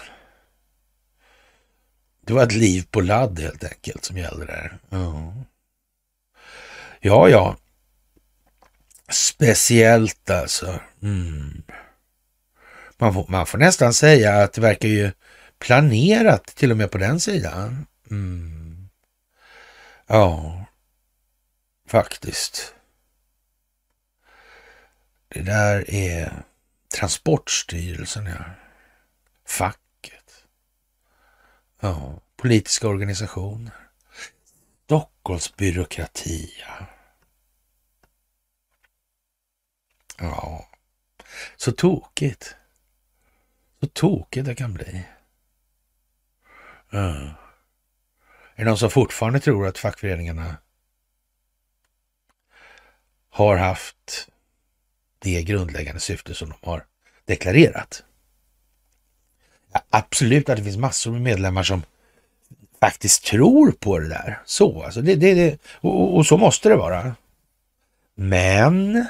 Det var ett liv på ladd helt enkelt som gällde där. Ja, ja. ja. Speciellt alltså. Mm. Man, får, man får nästan säga att det verkar ju planerat till och med på den sidan. Mm. Ja, faktiskt. Det där är Transportstyrelsen, ja. Facket. Ja, politiska organisationer. Stockholmsbyråkrati, ja. Ja, så tokigt. Så tokigt det kan bli. Ja. Är det någon som fortfarande tror att fackföreningarna har haft det grundläggande syfte som de har deklarerat? Ja, absolut att det finns massor med medlemmar som faktiskt tror på det där. Så, alltså det, det, det, och, och så måste det vara. Men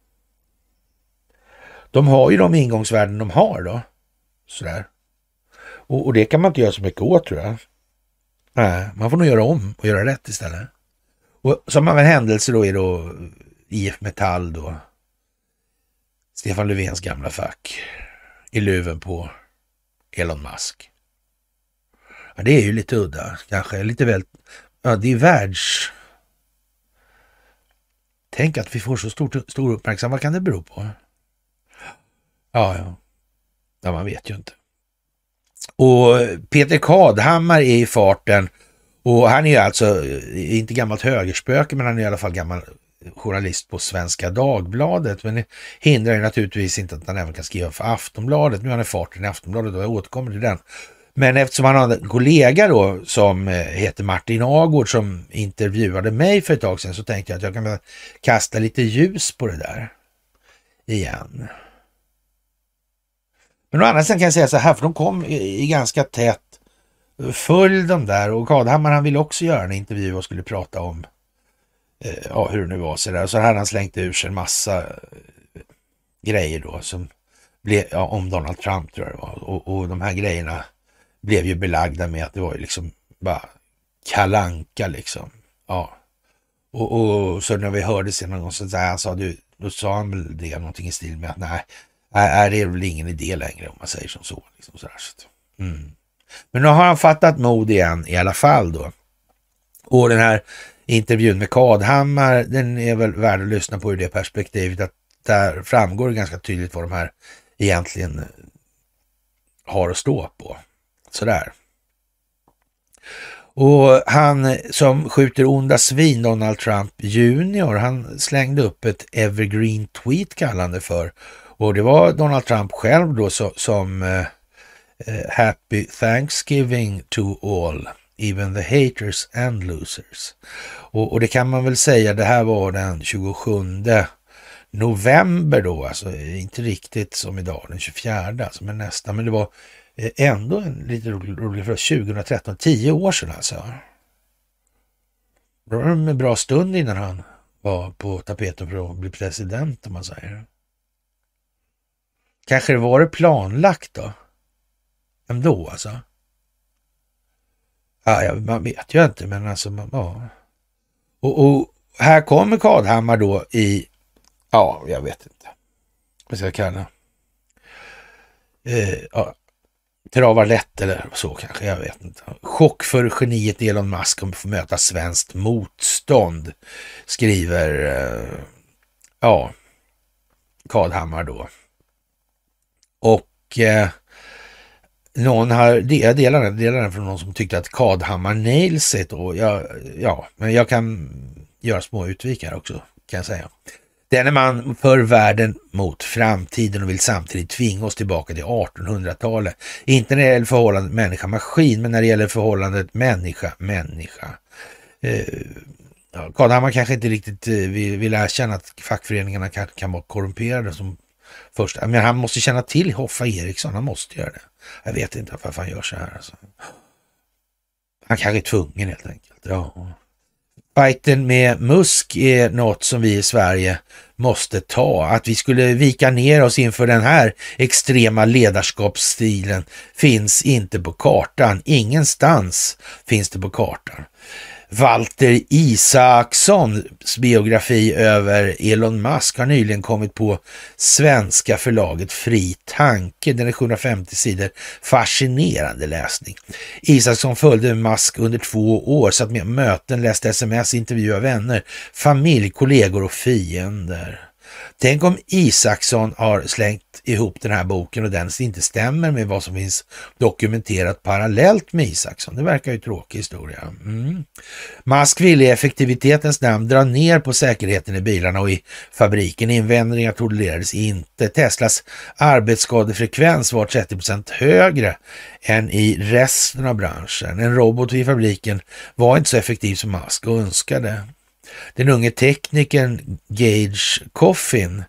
de har ju de ingångsvärden de har då. Sådär. Och, och det kan man inte göra så mycket åt, tror jag. Nej, man får nog göra om och göra rätt istället. Och som av en händelse då är då I F Metall då. Stefan Löfvens gamla fack. I luven på Elon Musk. Ja, det är ju lite udda. Kanske lite väl... Ja, det är världs... Tänk att vi får så stort, stor uppmärksamhet. Vad kan det bero på? Ja, ja. Ja, man vet ju inte. Och Peter Kadhammar är i farten. Och han är ju alltså inte gammalt högerspöke, men han är i alla fall gammal journalist på Svenska Dagbladet. Men det hindrar ju naturligtvis inte att han även kan skriva för Aftonbladet. Nu är han i farten i Aftonbladet och jag återkommer till den. Men eftersom han har en kollega då som heter Martin Agård som intervjuade mig för ett tag sedan, så tänkte jag att jag kan kasta lite ljus på det där igen. Men å andra sidan kan jag säga så här, för de kom i, i ganska tätt följd de där, och Kadhammar han ville också göra en intervju och skulle prata om eh, ja, hur det nu var så där. Så hade han slängt ur sig en massa eh, grejer då som blev, ja, om Donald Trump tror jag det var. Och, och de här grejerna blev ju belagda med att det var ju liksom bara kalanka liksom. Ja. Och, och så när vi hörde sen någon gång så där, han sa, du, då sa han väl det någonting i stil med att nej, är det är väl ingen idé längre om man säger som så. Liksom, så där, så. Mm. Men nu har han fattat mod igen i alla fall då. Och den här intervjun med Kadhammar, den är väl värd att lyssna på i det perspektivet att där framgår det ganska tydligt vad de här egentligen har att stå på. Sådär. Och han som skjuter onda svin, Donald Trump junior, han slängde upp ett evergreen tweet kallande för. Och det var Donald Trump själv då så, som eh, Happy Thanksgiving to all, even the haters and losers. Och, och det kan man väl säga, det här var den tjugosjunde november då, alltså inte riktigt som idag, den tjugofjärde, alltså, men nästan, men det var ändå en lite rolig för tjugohundratretton, tio år sedan alltså. Det var en bra stund innan han var på tapeten för att bli president om man säger. Kanske det var det planlagt då? Ändå alltså. Ja, jag, man vet ju inte, men alltså, man, ja. Och, och här kommer Kadhammar då i, ja, jag vet inte vad ska jag kalla eh, ja, travar lätt eller så kanske, jag vet inte. Chock för geniet Elon Musk om att få möta svenskt motstånd, skriver eh, ja, Kadhammar då. Och eh, någon har, jag delar den, delar den från någon som tyckte att Kadhammar nails it, och jag, ja, men jag kan göra små utvikar också, kan jag säga. Denne man för världen mot framtiden och vill samtidigt tvinga oss tillbaka till artonhundratalet. Inte när det gäller förhållandet människa-maskin, men när det gäller förhållandet människa-människa. Eh, ja, Kadhammar kanske inte riktigt eh, vill, vill erkänna att fackföreningarna kan, kan vara korrumperade som först. Men han måste känna till Hoffa Eriksson, han måste göra det. Jag vet inte varför han gör så här. Alltså. Han kanske är tvungen helt enkelt. Ja. Fighten med Musk är något som vi i Sverige måste ta. Att vi skulle vika ner oss inför den här extrema ledarskapsstilen finns inte på kartan. Ingenstans finns det på kartan. Walter Isakssons biografi över Elon Musk har nyligen kommit på svenska förlaget Fri Tanke. Den är sjuhundrafemtio sidor. Fascinerande läsning. Isaksson följde Musk under två år, satt med möten, läste sms, intervjuade vänner, familj, kollegor och fiender. Tänk om Isaksson har slängt ihop den här boken och den inte stämmer med vad som finns dokumenterat parallellt med Isaksson. Det verkar ju tråkig historia. Mm. Musk ville i effektivitetens namn dra ner på säkerheten i bilarna och i fabriken. Invändningar tolererades inte. Teslas arbetsskadefrekvens var trettio procent högre än i resten av branschen. En robot vid fabriken var inte så effektiv som Musk önskade. Den unge teknikern Gage Coffin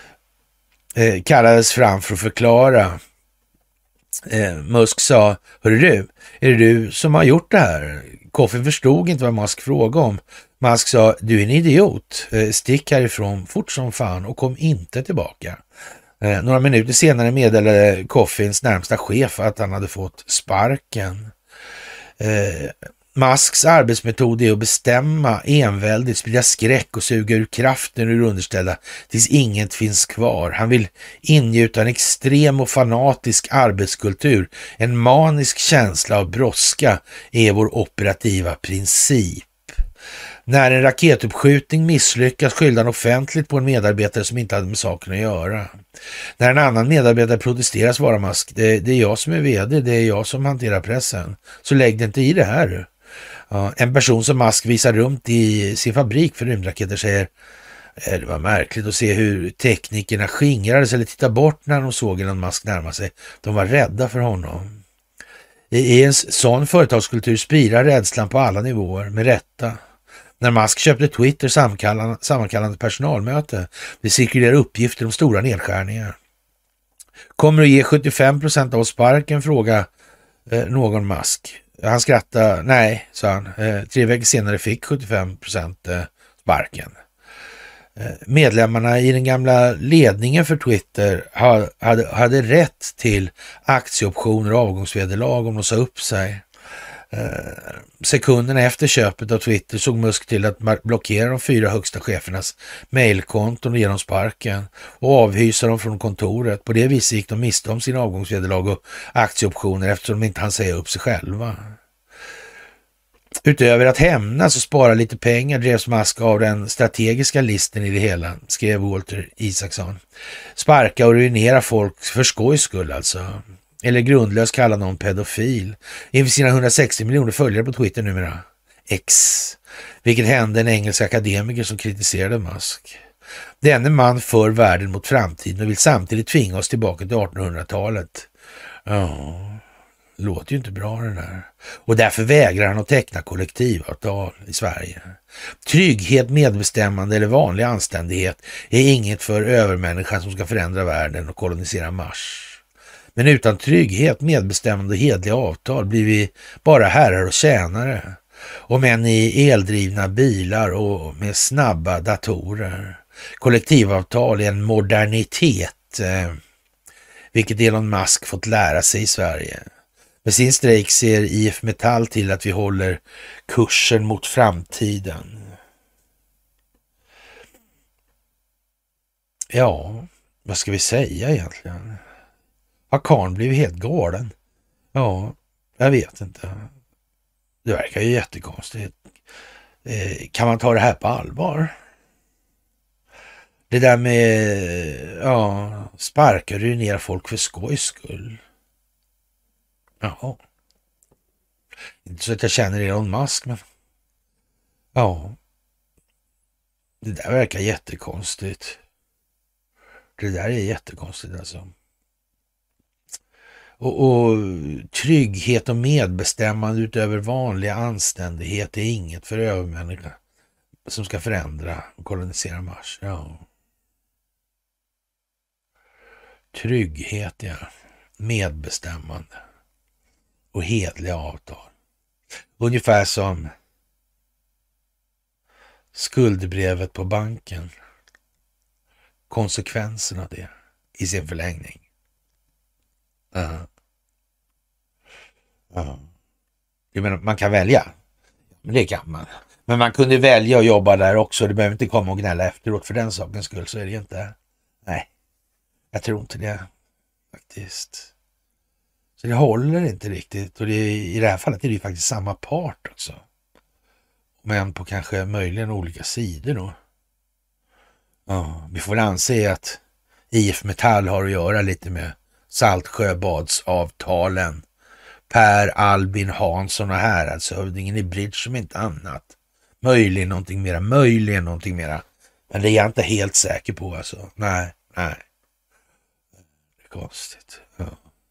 eh, kallades fram för att förklara. Eh, Musk sa, hörru du, är det du som har gjort det här? Coffin förstod inte vad Musk frågade om. Musk sa, du är en idiot, eh, stick härifrån fort som fan och kom inte tillbaka. Eh, några minuter senare meddelade Coffins närmsta chef att han hade fått sparken. Eh, Musks arbetsmetod är att bestämma enväldigt, sprida skräck och suga ur kraften ur underställda tills inget finns kvar. Han vill ingjuta en extrem och fanatisk arbetskultur. En manisk känsla av brådska är vår operativa princip. När en raketuppskjutning misslyckas skyllde han offentligt på en medarbetare som inte hade med saken att göra. När en annan medarbetare protesterar svarar Musk, det, det är jag som är vd, det är jag som hanterar pressen. Så lägg det inte i det här. Ja, en person som Musk visar runt i sin fabrik för rymdraketer säger, det var märkligt att se hur teknikerna skingrades eller tittade bort när de såg Elon Musk närma sig. De var rädda för honom. I en sån företagskultur spirar rädslan på alla nivåer, med rätta. När Musk köpte Twitter samkallande, sammankallande personalmöte, det cirkulerar uppgifter om stora nedskärningar. Kommer att ge sjuttiofem procent av oss sparken, fråga eh, någon Musk. Han skrattade, nej, sa han. Eh, tre veckor senare fick sjuttiofem procent eh, sparken. Medlemmarna i den gamla ledningen för Twitter hade, hade rätt till aktieoptioner och avgångsvederlag om de sa upp sig. Sekunderna efter köpet av Twitter såg Musk till att blockera de fyra högsta chefernas mejlkonton och ge dem sparken och avhysa dem från kontoret. På det viset gick de miste om sina avgångsvederlag och aktieoptioner eftersom de inte hann säga upp sig själva. Utöver att hämnas och spara lite pengar drevs Musk av den strategiska listen i det hela, skrev Walter Isaacson. Sparka och ruinera folk för skojs skull alltså. Eller grundlöst kalla någon pedofil. Inför sina hundrasextio miljoner följare på Twitter numera. X. Vilket hände en engelsk akademiker som kritiserade Musk. Denne man för världen mot framtiden och vill samtidigt tvinga oss tillbaka till artonhundratalet. Ja, låter ju inte bra den här. Och därför vägrar han att teckna kollektivavtal i Sverige. Trygghet, medbestämmande eller vanlig anständighet är inget för övermänniskan som ska förändra världen och kolonisera Mars. Men utan trygghet, medbestämmande och hedliga avtal blir vi bara herrar och tjänare. Och män i eldrivna bilar och med snabba datorer. Kollektivavtal är en modernitet, eh, vilket Elon Musk fått lära sig i Sverige. Med sin strejk ser I F Metall till att vi håller kursen mot framtiden. Ja, vad ska vi säga egentligen? Har karln blivit helt galen? Ja, jag vet inte. Det verkar ju jättekonstigt. Eh, kan man ta det här på allvar? Det där med ja, sparka och ruinera folk för skojs skull. Ja. Inte så att jag känner Elon Musk, men ja. Det där verkar jättekonstigt. Det där är jättekonstigt alltså. Och, och trygghet och medbestämmande utöver vanliga anständighet är inget för övermänniska som ska förändra och kolonisera Mars. Ja. Trygghet, ja. Medbestämmande och hedliga avtal. Ungefär som skuldbrevet på banken. Konsekvenserna av det i sin förlängning. Uh. Uh. Jag menar, man kan välja. Men det kan man. Men man kunde välja att jobba där också. Det behöver inte komma och gnälla efteråt för den sakens skull. Så är det inte. Nej, jag tror inte det. Faktiskt. Så det håller inte riktigt. Och det är, i det här fallet är det ju faktiskt samma part också. Men på kanske möjligen olika sidor då. Ja, vi får väl anse att I F Metall har att göra lite med Saltsjöbadsavtalen. Per Albin Hansson och häradshövdingen i Bridge som inte annat. Möjligen någonting mera, möjligen någonting mera. Men det är jag inte helt säker på alltså. Nej, nej. Det är konstigt. Ja,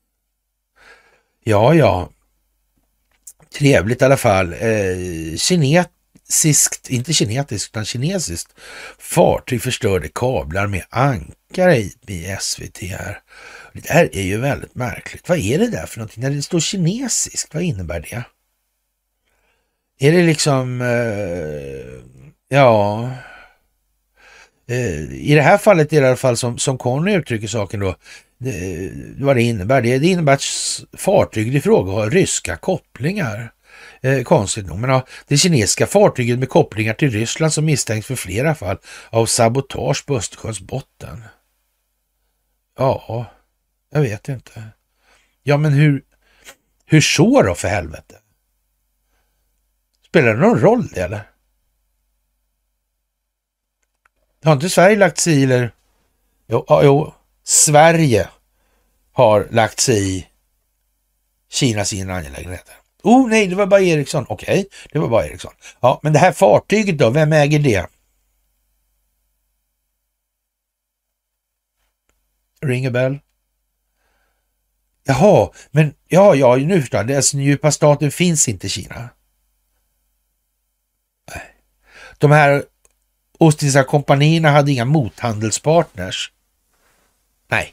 ja. ja. Trevligt i alla fall. Eh, kinesiskt, inte kinetiskt utan kinesiskt fartyg förstörde kablar med ankare i, i S V T här. Det där är ju väldigt märkligt. Vad är det där för någonting? När det står kinesiskt, vad innebär det? Är det liksom eh, ja eh, i det här fallet är det i alla fall som, som Conny uttrycker saken då, det, vad det innebär. Det, det innebär att fartyget i fråga har ryska kopplingar. Eh, konstigt nog. Men ja, det kinesiska fartyget med kopplingar till Ryssland som misstänks för flera fall av sabotage på Östersjöns botten. Ja, jag vet inte. Ja, men hur, hur så då för helvete? Spelar det någon roll det eller? Har inte Sverige lagt sig i eller? Jo, jo, Sverige har lagt sig i Kinas inre angelägenheter. Oh nej, det var bara Ericsson. Okej, okay, det var bara Ericsson. Ja, men det här fartyget då, vem äger det? Ring a bell. Jaha, men ja, ja, nu förstår jag. Deras djupa staten finns inte i Kina. Nej. De här ostindiska kompanierna hade inga mothandelspartners. Nej.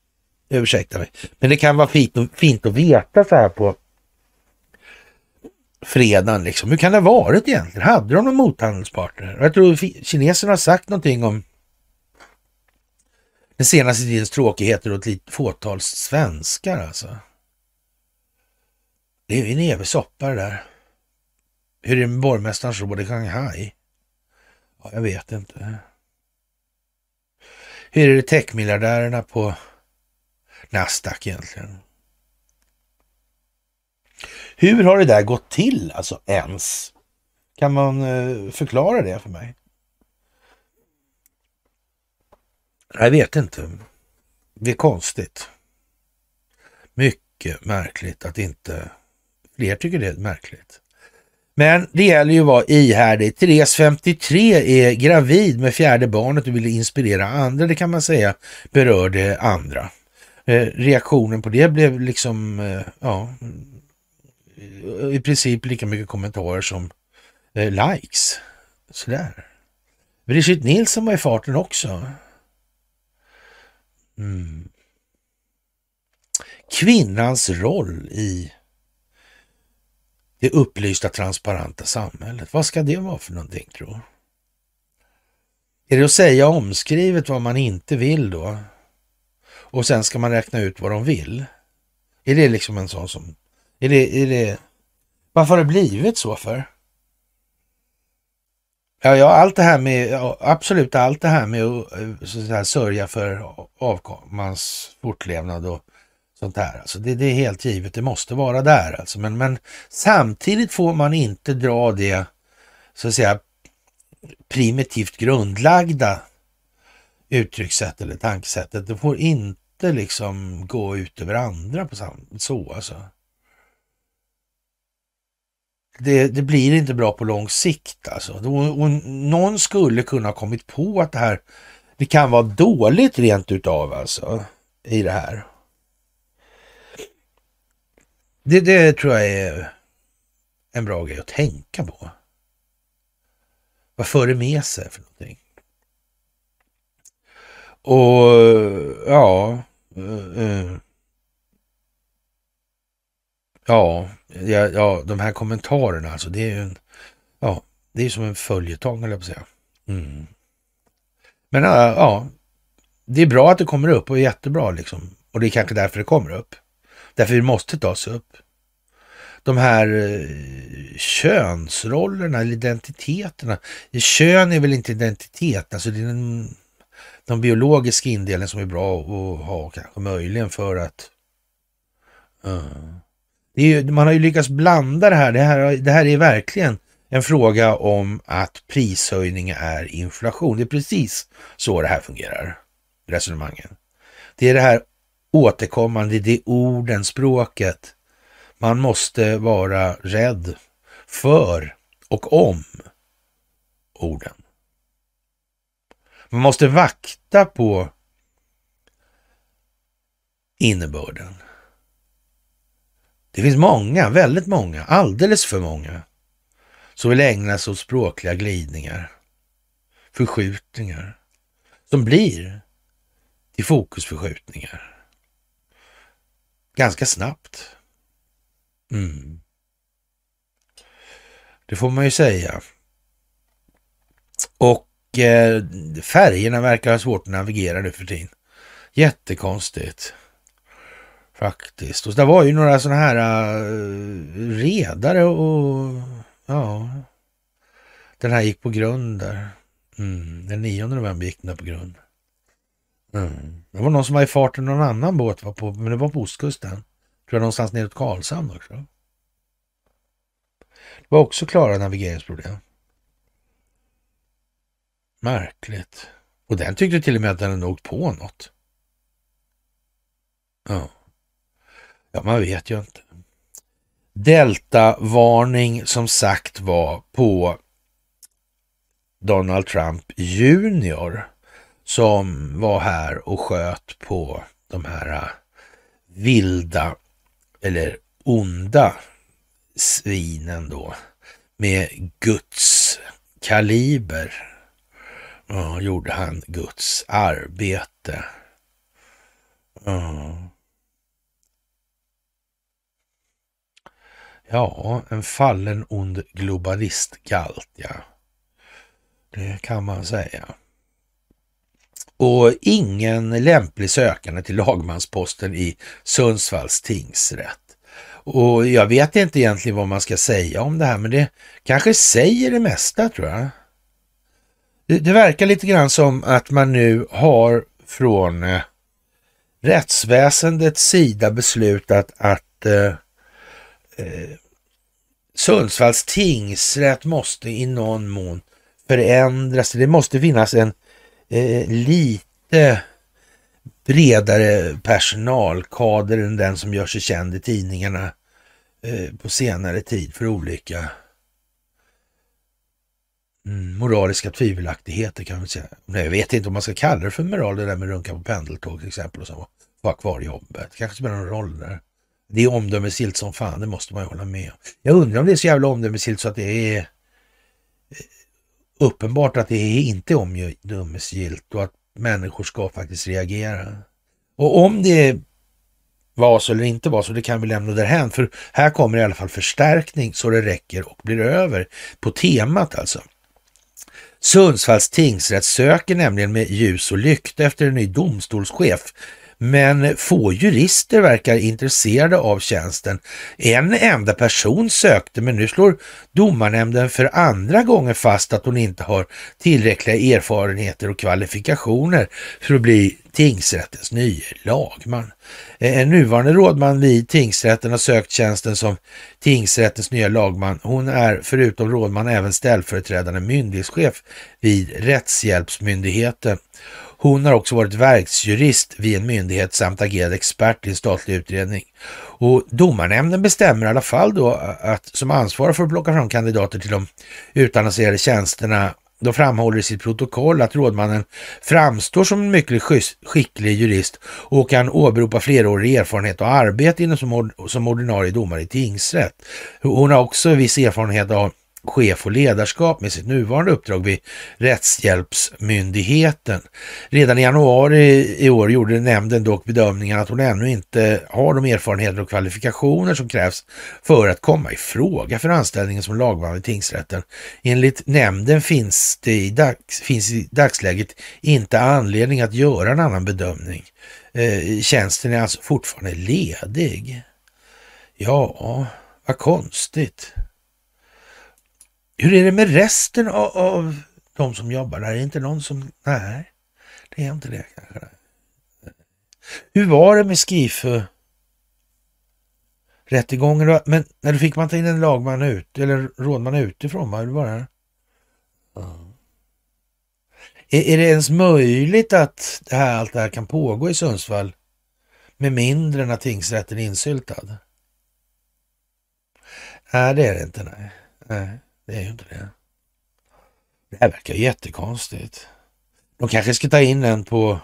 Ursäkta mig. Men det kan vara fint, och, fint att veta så här på fredagen liksom. Hur kan det ha varit egentligen? Hade de någon mothandelspartner? Jag tror kineserna har sagt någonting om den senaste tidens tråkigheter och ett litet fåtal svenskar alltså. Det är en evig soppa det där. Hur är det med borgmästarens råd i Shanghai? Ja, jag vet inte. Hur är det techmiljardärerna på Nasdaq egentligen? Hur har det där gått till alltså ens? Kan man uh, förklara det för mig? Jag vet inte. Det är konstigt. Mycket märkligt att inte fler tycker det är märkligt. Men det gäller ju att vara ihärdig. Therese femtiotre är gravid med fjärde barnet och ville inspirera andra. Det kan man säga berörde andra. Eh, reaktionen på det blev liksom, eh, ja, i princip lika mycket kommentarer som eh, likes. Sådär. Brigitte Nilsson var i farten också. Mm. Kvinnans roll i det upplysta, transparenta samhället. Vad ska det vara för någonting, tror? Är det att säga omskrivet vad man inte vill då? Och sen ska man räkna ut vad de vill? Är det liksom en sån som... Är det... Är det varför har det blivit så för? Ja, ja, allt det här med... Ja, absolut allt det här med att så här, sörja för avkommans fortlevnad och sånt här. Alltså det, det är helt givet, det måste vara där alltså. Men, men samtidigt får man inte dra det så att säga primitivt grundlagda uttryckssätt eller tankesättet. Det får inte liksom gå ut över andra på samma så alltså. Det, det blir inte bra på lång sikt alltså. Och, och någon skulle kunna ha kommit på att det här det kan vara dåligt rent utav alltså i det här. Det, det tror jag är en bra grej att tänka på. Vad för det med sig för någonting? Och ja... Uh, uh, ja, ja, ja, de här kommentarerna alltså, det är ju en... Ja, det är som en följetong, eller jag på säga. Mm. Men uh, ja, det är bra att det kommer upp och är jättebra liksom. Och det är kanske därför det kommer upp. Därför det måste tas upp. De här eh, könsrollerna eller identiteterna. Kön är väl inte identitet, alltså det är den, de biologiska indelningen som är bra att ha kanske möjligen för att uh. det är ju, man har ju lyckats blanda det här. Det här. Det här är verkligen en fråga om att prishöjning är inflation. Det är precis så det här fungerar, resonemangen. Det är det här återkommande, det är orden, språket. Man måste vara rädd för och om orden. Man måste vakta på innebörden. Det finns många, väldigt många, alldeles för många som vill ägna sig åt språkliga glidningar, förskjutningar som blir till fokusförskjutningar ganska snabbt. Mm. Det får man ju säga. Och eh, färgerna verkar ha svårt att navigera nu för tiden. Jättekonstigt. Faktiskt. Och det var ju några sådana här uh, redare och ja. Den här gick på grund där. Mm. Den nionde november gick den där på grund. Mm. Det var någon som var i farten någon annan båt var på, men det var på ostkusten. Tror jag någonstans neråt Karlshamn också. Det var också klara navigeringsproblem. Märkligt. Och den tyckte till och med att den hade åkt på något. Ja. Ja, man vet ju inte. Delta-varning som sagt var på Donald Trump junior som var här och sköt på de här vilda eller onda svinen då med Guds kaliber. Ja, gjorde han Guds arbete. Ja. Ja, en fallen ond globalistgalt, ja. Det kan man säga. Och ingen lämplig sökande till lagmansposten i Sundsvalls tingsrätt. Och jag vet inte egentligen vad man ska säga om det här, men det kanske säger det mesta, tror jag. Det, det verkar lite grann som att man nu har från eh, rättsväsendets sida beslutat att eh, eh, Sundsvalls tingsrätt måste i någon mån förändras. Det måste finnas en eh, lite bredare personalkader än den som gör sig känd i tidningarna eh, på senare tid för olika mm, moraliska tvivelaktigheter, kan man säga. Nej, jag vet inte om man ska kalla det för moral, det där med runka på pendeltåg till exempel och så, vara kvar i jobbet. Kanske spelar någon roll där. Det är omdömesgillt som fan, det måste man ju hålla med om. Jag undrar om det är så jävla omdömesgillt så att det är uppenbart att det är inte omdömesgillt och att människor ska faktiskt reagera. Och om det var så eller inte var så, det kan vi lämna därhän, för här kommer i alla fall förstärkning så det räcker och blir över på temat alltså. Sundsvalls tingsrätt söker nämligen med ljus och lykta efter en ny domstolschef, men få jurister verkar intresserade av tjänsten. En enda person sökte, men nu slår domarnämnden för andra gången fast att hon inte har tillräckliga erfarenheter och kvalifikationer för att bli tingsrättens nya lagman. En nuvarande rådman vid tingsrätten har sökt tjänsten som tingsrättens nya lagman. Hon är förutom rådman även ställföreträdande myndighetschef vid Rättshjälpsmyndigheten. Hon har också varit verksjurist vid en myndighet samt agerad expert i en statlig utredning. Och domarnämnden bestämmer i alla fall då att som ansvarar för att plocka fram kandidater till de utannonserade tjänsterna, då framhåller i sitt protokoll att rådmannen framstår som en mycket skicklig jurist och kan åberopa flerårig erfarenhet och arbete inom som, som ordinarie domare i tingsrätt. Hon har också viss erfarenhet av chef och ledarskap med sitt nuvarande uppdrag vid Rättshjälpsmyndigheten. Redan i januari i år gjorde nämnden dock bedömningen att hon ännu inte har de erfarenheter och kvalifikationer som krävs för att komma i fråga för anställningen som lagman vid tingsrätten. Enligt nämnden finns det i, dags, finns i dagsläget inte anledning att göra en annan bedömning. Eh, tjänsten är alltså fortfarande ledig. Ja, vad konstigt. Hur är det med resten av, av de som jobbar där? Är det inte någon som... Nej, det är inte det kanske. Hur var det med Skifö rättegången? Men när du fick man ta in en lagman ut eller rådman utifrån, hur var det? Mm. Är, är det ens möjligt att det här, allt det här kan pågå i Sundsvall med mindre än att tingsrätten är insyltad? Nej, det är det inte, nej. Nej. Det är ju inte det. Det här verkar jättekonstigt. De kanske ska ta in en på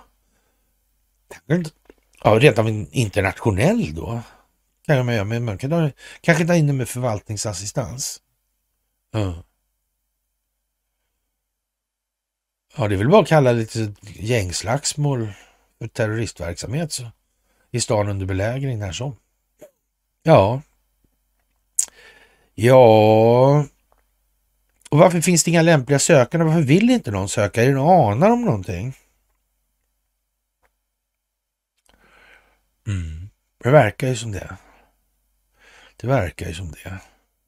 ja, rent av en internationell då. Kan man göra, men man kan ta, kanske ta in den med förvaltningsassistans. Ja. Ja, det är väl bara att kalla det lite gängslagsmål för terroristverksamhet så, i stan under belägring där som. Ja. Ja... Och varför finns det inga lämpliga sökande? Varför vill inte någon söka? Är det någon anar om någonting? Mm. Det verkar ju som det. Det verkar ju som det.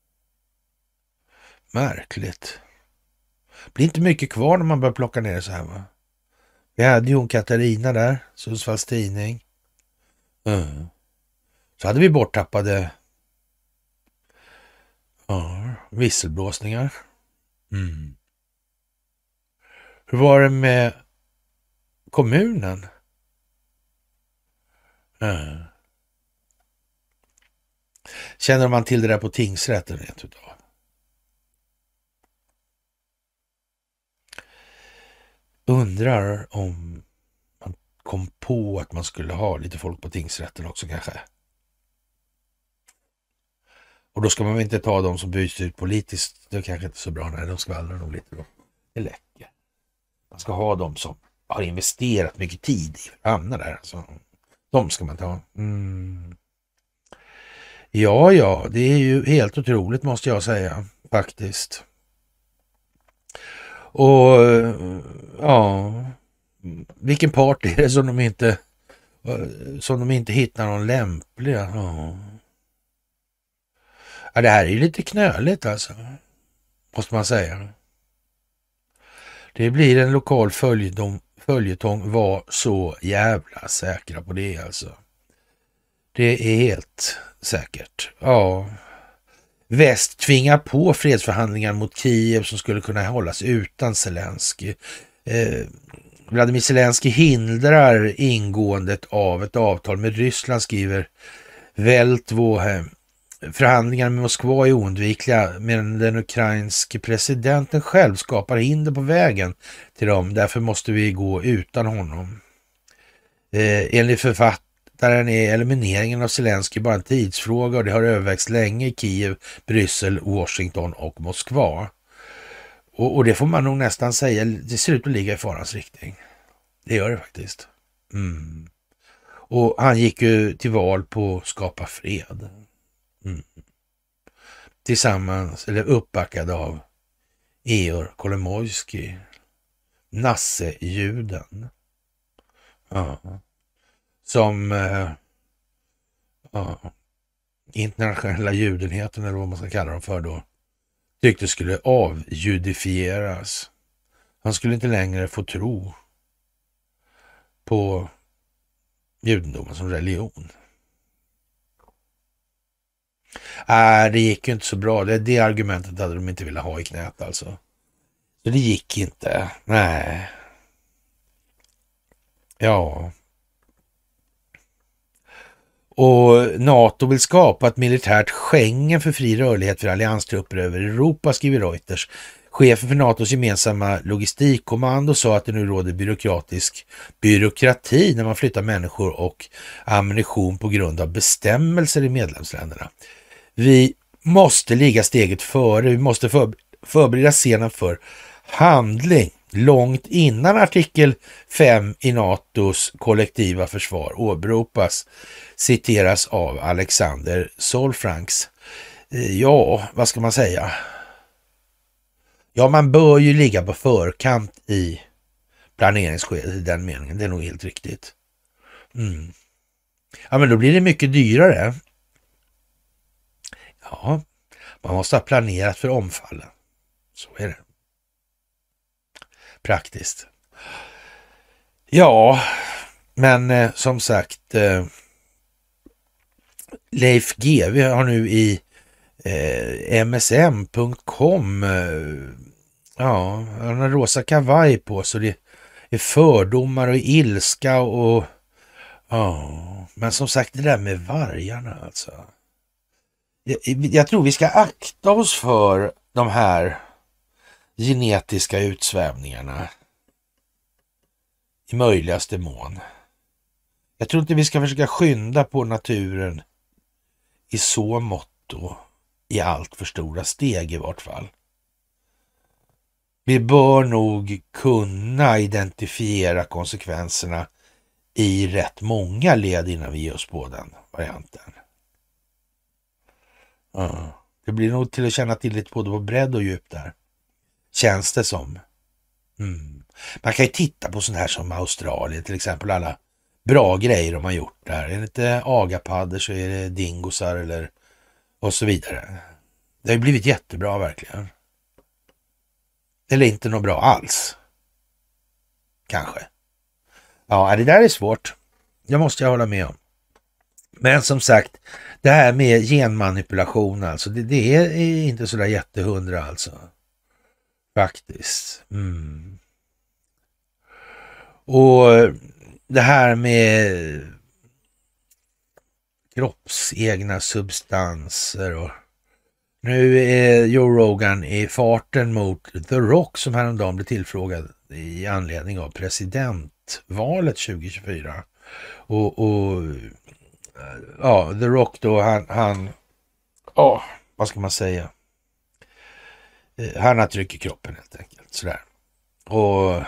Märkligt. Det blir inte mycket kvar när man börjar plocka ner så här, va? Vi hade ju hon Katarina där, Sundsvalls tidning. Mm. Så hade vi borttappade ja, visselblåsningar. Mm. Hur var det med kommunen? Mm. Känner man till det där på tingsrätten rent utav? Undrar om man kom på att man skulle ha lite folk på tingsrätten också kanske. Och då ska man väl inte ta dem som byts ut politiskt. Det är kanske inte så bra när de skvallrar nog lite då. Det läcker. Man ska ha dem som har investerat mycket tid i att hamna där. Så de ska man ta. Mm. Ja, ja, det är ju helt otroligt måste jag säga faktiskt. Och ja, vilken part är det som de inte som de inte hittar någon lämplig? Ja. Ja, det här är ju lite knöligt alltså, måste man säga. Det blir en lokal följetong, följetong, var så jävla säkra på det alltså. Det är helt säkert. Ja. Väst tvingar på fredsförhandlingar mot Kiev som skulle kunna hållas utan Zelensky. Eh, Vladimir Zelensky hindrar ingåendet av ett avtal med Ryssland, skriver Veltvo. Förhandlingar med Moskva är oundvikliga, men den ukrainske presidenten själv skapar hinder på vägen till dem. Därför måste vi gå utan honom. Eh, enligt författaren är elimineringen av Zelensky bara en tidsfråga och det har övervägts länge i Kiev, Bryssel, Washington och Moskva. Och, och det får man nog nästan säga, det ser ut att ligga i farans riktning. Det gör det faktiskt. Mm. Och han gick ju till val på att skapa fred. Mm. Tillsammans, eller uppbackad av Eor Kolomoisky, nassejuden. Ja. Som eh, ja, internationella judenheten, eller vad man ska kalla dem för då, tyckte skulle avjudifieras. Han skulle inte längre få tro på judendomen som religion. Äh, det gick ju inte så bra. Det, det argumentet hade de inte velat ha i knät alltså. Så det gick inte. Nej. Ja. Och NATO vill skapa ett militärt Schengen för fri rörlighet för allianstrupper över Europa, skriver Reuters. Chefen för NATOs gemensamma logistikkommando sa att det nu råder byråkratisk byråkrati när man flyttar människor och ammunition på grund av bestämmelser i medlemsländerna. Vi måste ligga steget före, vi måste för, förbereda scenen för handling långt innan artikel fem i NATOs kollektiva försvar åberopas, citeras av Alexander Solfranks. Ja, vad ska man säga? Ja, man bör ju ligga på förkant i planeringsskedet i den meningen. Det är nog helt riktigt. Mm. Ja, men då blir det mycket dyrare. Ja, man måste ha planerat för omfallen. Så är det. Praktiskt. Ja, men eh, som sagt, eh, Leif G W har nu i eh, M S M punkt com eh, ja, han har rosa kavaj på, så det är fördomar och ilska och ja, men som sagt, det där med vargarna alltså. Jag, jag tror vi ska akta oss för de här genetiska utsvävningarna i möjligaste mån. Jag tror inte vi ska försöka skynda på naturen i så motto, i allt för stora steg i vart fall. Vi bör nog kunna identifiera konsekvenserna i rätt många led innan vi ger oss på den varianten. Ja, det blir nog till att känna till lite både på bredd och djup där. Känns det som. Mm. Man kan ju titta på sånt här som Australien till exempel, alla bra grejer de har gjort där. Är det inte agapaddor så är det dingosar eller och så vidare. Det har ju blivit jättebra verkligen. Eller inte något bra alls. Kanske. Ja, det där är svårt. Det måste jag hålla med om. Men som sagt, det här med genmanipulation alltså, det, det är inte så där jättehundra alltså. Faktiskt. Mm. Och det här med kroppsegna substanser och nu är Joe Rogan i farten mot The Rock som häromdagen blev tillfrågad i anledning av presidentvalet tjugo tjugofyra. Och, och ja, The Rock då, han, han ja, vad ska man säga? Han har tryck i kroppen helt enkelt, sådär. Och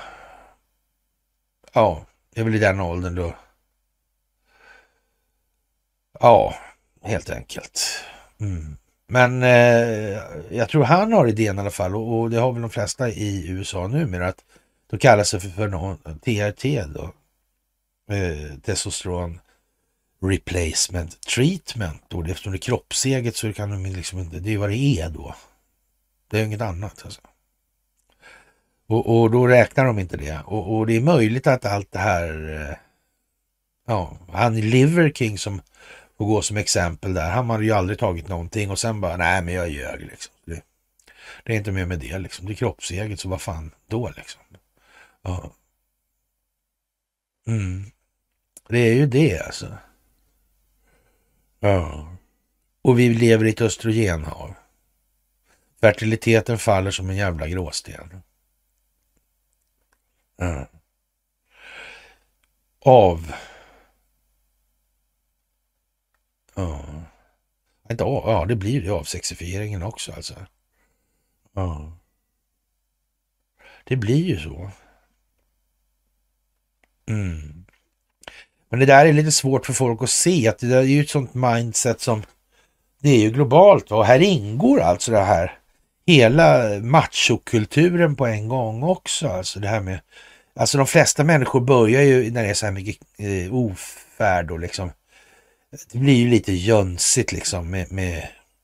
ja, det är väl i den åldern då. Ja, helt enkelt. Mm. Men eh, jag tror han har idén i alla fall, och, och det har väl de flesta i U S A numera, att då kallas det för, för någon, T R T då, eh, testosteron replacement treatment då, eftersom det är kroppseget så kan de liksom inte, det är vad det är då. Det är inget annat alltså. Och, och då räknar de inte det. Och, och det är möjligt att allt det här, eh, ja, han Liver King som får gå som exempel där, han hade ju aldrig tagit någonting och sen bara, nej men jag ljög liksom. Det, det är inte mer med det liksom, det är kroppseget, så vad fan då liksom. Ja. Mm. Det är ju det alltså. Ja. Och vi lever i ett östrogenhav. Fertiliteten faller som en jävla gråsten. Ja. Av. Ja. Inte av, ja, det blir det av sexifieringen också alltså. Ja. Det blir ju så. Mm. Men det där är lite svårt för folk att se, att det där är ju ett sånt mindset som, det är ju globalt, och här ingår alltså det här hela machokulturen på en gång också, alltså det här med, alltså de flesta människor börjar ju när det är så här mycket eh, ofärd och liksom, det blir ju lite jönsigt liksom med, med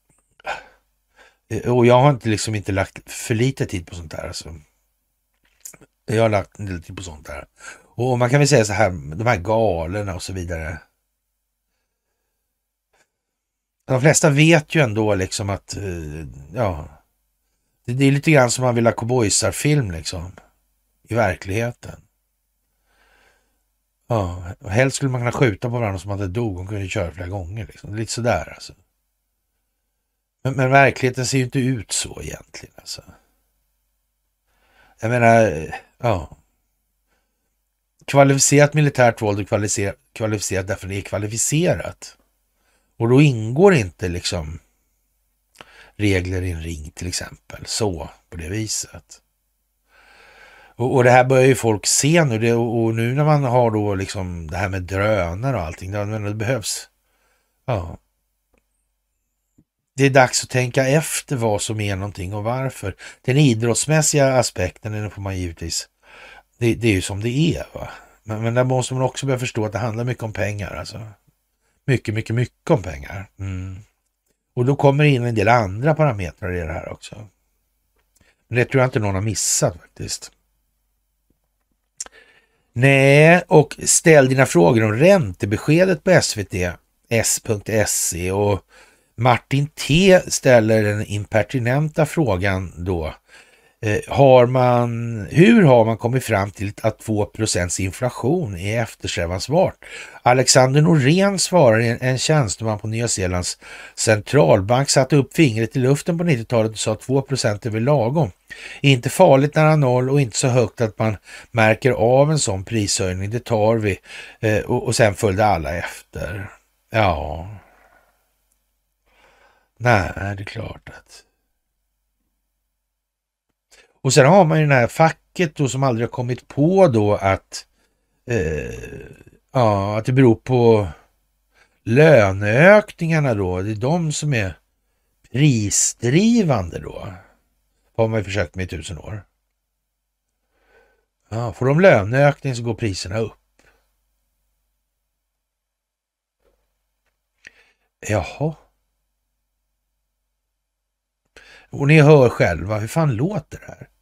och jag har inte liksom inte lagt för lite tid på sånt där alltså. Jag har lagt en del tid på sånt där. Och man kan väl säga så här, de här galerna och så vidare. De flesta vet ju ändå liksom att, ja, det är lite grann som man vill ha cowboysar-film liksom, i verkligheten. Ja, och helst skulle man kunna skjuta på varandra som att det dog, och kunde köra flera gånger liksom. Det är lite sådär alltså. Men, men verkligheten ser ju inte ut så egentligen alltså. Jag menar, ja. Kvalificerat militärt våld och kvalificerat, kvalificerat därför det är kvalificerat. Och då ingår inte liksom regler i en ring till exempel, så på det viset. Och, och det här börjar ju folk se nu, det, och, och nu när man har då liksom det här med drönare och allting, det, det behövs, ja. Det är dags att tänka efter vad som är någonting och varför. Den idrottsmässiga aspekten, den får man givetvis, det, det är ju som det är va. Men, men där måste man också börja förstå att det handlar mycket om pengar alltså. Mycket, mycket, mycket om pengar. Mm. Och då kommer det in en del andra parametrar i det här också. Men det tror jag inte någon har missat faktiskt. Nej, och ställ dina frågor om räntebeskedet på S V T, s punkt se, och Martin T ställer den impertinenta frågan då. Eh, har man, hur har man kommit fram till att två procent inflation är eftersträvansvärt? Alexander Norén svarar, en, en tjänsteman på Nya Zeelands centralbank, satte upp fingret i luften på nittiotalet och sa att två procent är väl lagom. Inte farligt nära noll och inte så högt att man märker av en sån prishöjning, det tar vi. Eh, och, och sen följde alla efter. Ja. Nej, det är klart att... Och sen har man ju det här facket då som aldrig har kommit på då att, eh, ja, att det beror på löneökningarna då. Det är de som är prisdrivande då. Har man ju försökt med i tusen år. Ja, får de löneökning så går priserna upp. Jaha. Och ni hör själva, hur fan låter det här?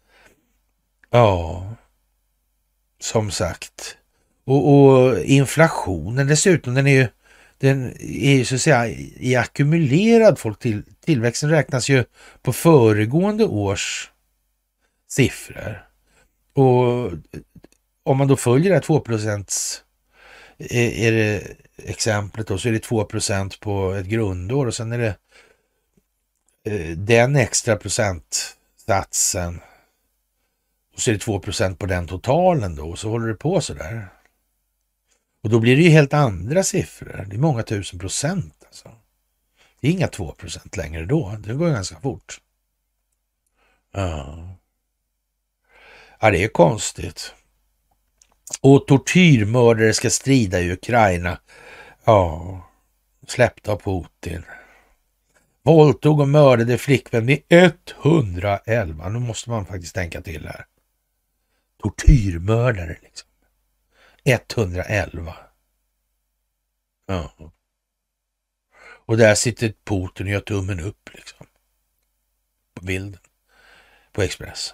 Ja, som sagt. Och, och inflationen dessutom, den är ju, den är ju så att säga i ackumulerad folk till, tillväxten räknas ju på föregående års siffror. Och om man då följer det här två procent är, är det exemplet då, så är det två procent på ett grundår och sen är det eh, den extra procentsatsen och så är det två procent på den totalen då, och så håller det på så där. Och då blir det ju helt andra siffror. Det är många tusen procent alltså. Det är inga två procent längre då. Det går ganska fort. Ja. Ja, det är konstigt. Och tortyrmördare ska strida i Ukraina. Ja, släppta av Putin. våldtog och mördade flickvän vid etthundraelva. Nu måste man faktiskt tänka till här. Tortyrmördare liksom. etthundraelva. Ja. Och där sitter Putin och gör tummen upp liksom. På bilden. På Express.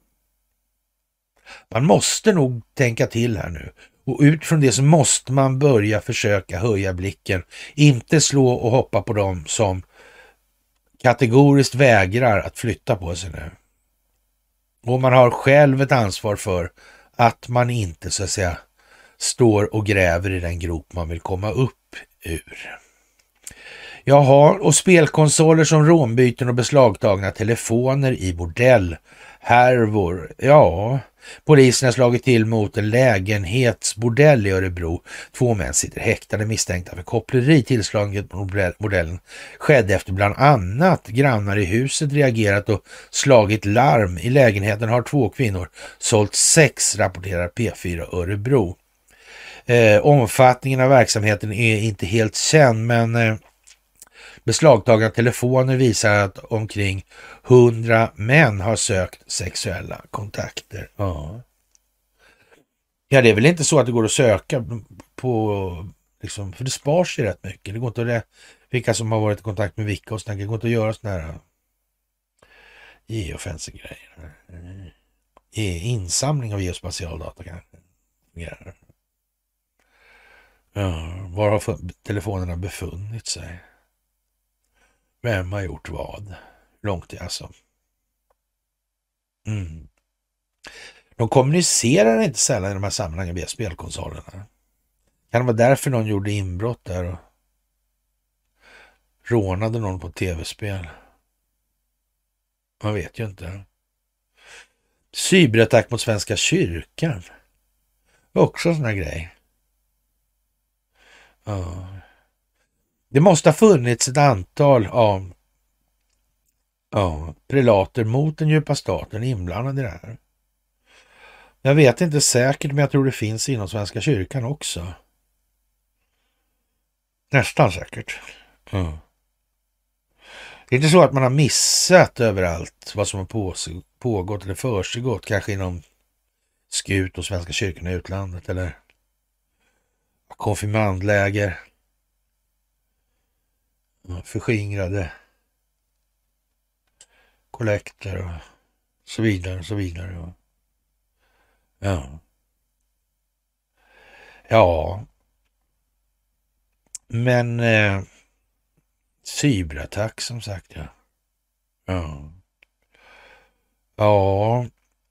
Man måste nog tänka till här nu. Och utifrån det så måste man börja försöka höja blicken. Inte slå och hoppa på dem som kategoriskt vägrar att flytta på sig nu. Och man har själv ett ansvar för att man inte så att säga står och gräver i den grop man vill komma upp ur. Jaha, och spelkonsoler som rånbyten och beslagtagna telefoner i bordellhärvor. Ja, polisen har slagit till mot en lägenhetsbordell i Örebro. Två män sitter häktade misstänkta för koppleri. Tillslaget mot bordellen skedde efter bland annat grannar i huset reagerat och slagit larm. I lägenheten har två kvinnor sålt sex, rapporterar P fyra Örebro. Eh, omfattningen av verksamheten är inte helt känd, men eh, beslagtagna telefoner visar att omkring hundra män har sökt sexuella kontakter. Ja. Ja, det är väl inte så att det går att söka på, liksom, för det spars ju rätt mycket. Det går inte att det, vilka som har varit i kontakt med vilka och sådär. Det går inte att göra sådana här geofencing grejer. Insamling av geospatialdata kan fungera. Ja, var har telefonerna befunnit sig? Vem har gjort vad? Långt i alltså. Mm. De kommunicerar inte sällan i de här sammanhangen via spelkonsolerna. Kan det vara därför någon gjorde inbrott där och rånade någon på tv-spel? Man vet ju inte. Cyberattack mot Svenska kyrkan. Också en sån här grej. Ja. Det måste ha funnits ett antal av ja, prelater mot den djupa staten inblandade i det här. Jag vet inte säkert, men jag tror det finns inom Svenska kyrkan också. Nästan säkert. Mm. Det är inte så att man har missat överallt vad som har på, pågått eller försiggått, kanske inom skut och Svenska kyrkan i utlandet eller konfirmandläger. Förskingrade kollekter och så vidare och så vidare. Ja. Ja. Men eh, cyberattack som sagt, ja. Ja. Ja.